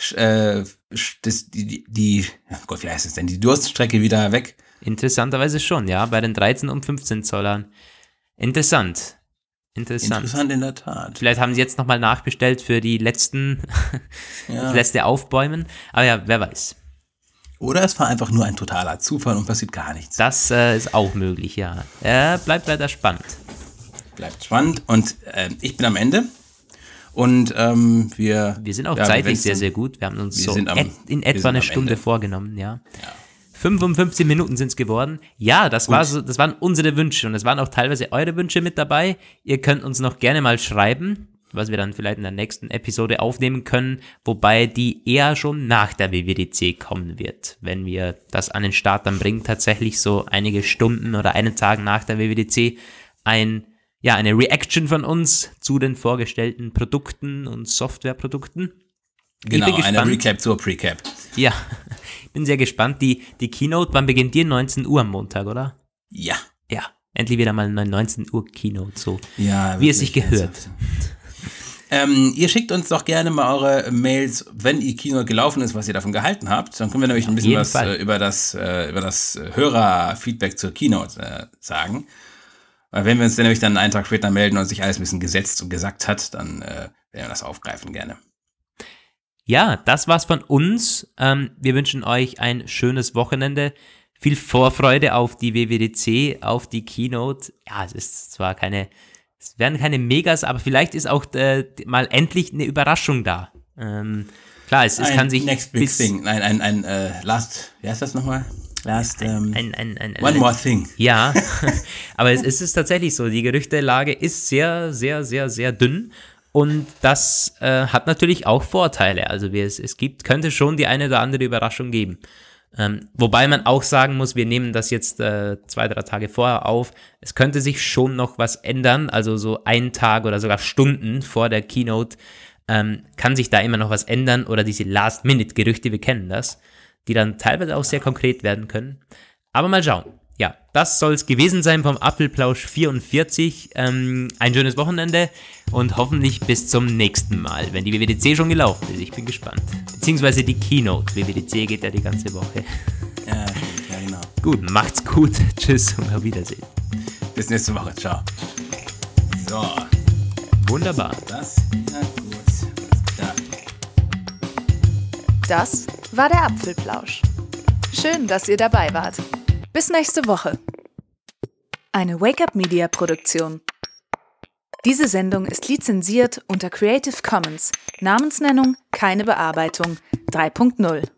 Gott, wie heißt es denn? Die Durststrecke wieder weg? Interessanterweise schon, ja, bei den 13 und 15 Zollern. Interessant In der Tat. Vielleicht haben sie jetzt nochmal nachbestellt für die letzten, das letzte Aufbäumen. Aber ja, wer weiß. Oder es war einfach nur ein totaler Zufall und passiert gar nichts. Das ist auch möglich, ja. Bleibt weiter spannend. Bleibt spannend und ich bin am Ende. Und wir sind auch zeitlich sehr, sehr gut. Wir haben uns in etwa eine Stunde vorgenommen, ja. 55 Minuten sind es geworden. Ja, das waren unsere Wünsche und es waren auch teilweise eure Wünsche mit dabei. Ihr könnt uns noch gerne mal schreiben, was wir dann vielleicht in der nächsten Episode aufnehmen können, wobei die eher schon nach der WWDC kommen wird, wenn wir das an den Start dann bringen, tatsächlich so einige Stunden oder einen Tag nach der WWDC eine Reaction von uns zu den vorgestellten Produkten und Softwareprodukten. Genau, eine Recap zur Precap. Ja, ich bin sehr gespannt. Die Keynote, wann beginnt die? 19 Uhr am Montag, oder? Ja. Ja, endlich wieder mal eine 19 Uhr Keynote, so ja, wie es sich gehört. Ihr schickt uns doch gerne mal eure Mails, wenn die Keynote gelaufen ist, was ihr davon gehalten habt. Dann können wir nämlich ein bisschen was über das Hörerfeedback zur Keynote sagen. Weil wenn wir uns dann nämlich dann einen Tag später melden und sich alles ein bisschen gesetzt und gesagt hat, dann werden wir das aufgreifen gerne. Ja, das war's von uns. Wir wünschen euch ein schönes Wochenende. Viel Vorfreude auf die WWDC, auf die Keynote. Ja, es werden keine Megas, aber vielleicht ist auch mal endlich eine Überraschung da. Klar, es kann sich Next Big Thing. Nein, Last, wie heißt das nochmal? One More Thing. Ja, aber es ist tatsächlich so, die Gerüchtelage ist sehr, sehr, sehr, sehr dünn und das hat natürlich auch Vorteile. Also könnte schon die eine oder andere Überraschung geben. Wobei man auch sagen muss, wir nehmen das jetzt 2-3 Tage vorher auf. Es könnte sich schon noch was ändern, also so einen Tag oder sogar Stunden vor der Keynote kann sich da immer noch was ändern oder diese Last-Minute-Gerüchte, wir kennen das, die dann teilweise auch sehr konkret werden können. Aber mal schauen. Ja, das soll es gewesen sein vom Apfelplausch 44. Ein schönes Wochenende und hoffentlich bis zum nächsten Mal, wenn die WWDC schon gelaufen ist. Ich bin gespannt. Beziehungsweise die Keynote. WWDC geht ja die ganze Woche. Ja, genau. Gut, macht's gut. Tschüss und auf Wiedersehen. Bis nächste Woche. Ciao. So. Wunderbar. Das war der Apfelplausch. Schön, dass ihr dabei wart. Bis nächste Woche. Eine Wake-up-Media-Produktion. Diese Sendung ist lizenziert unter Creative Commons. Namensnennung keine Bearbeitung 3.0.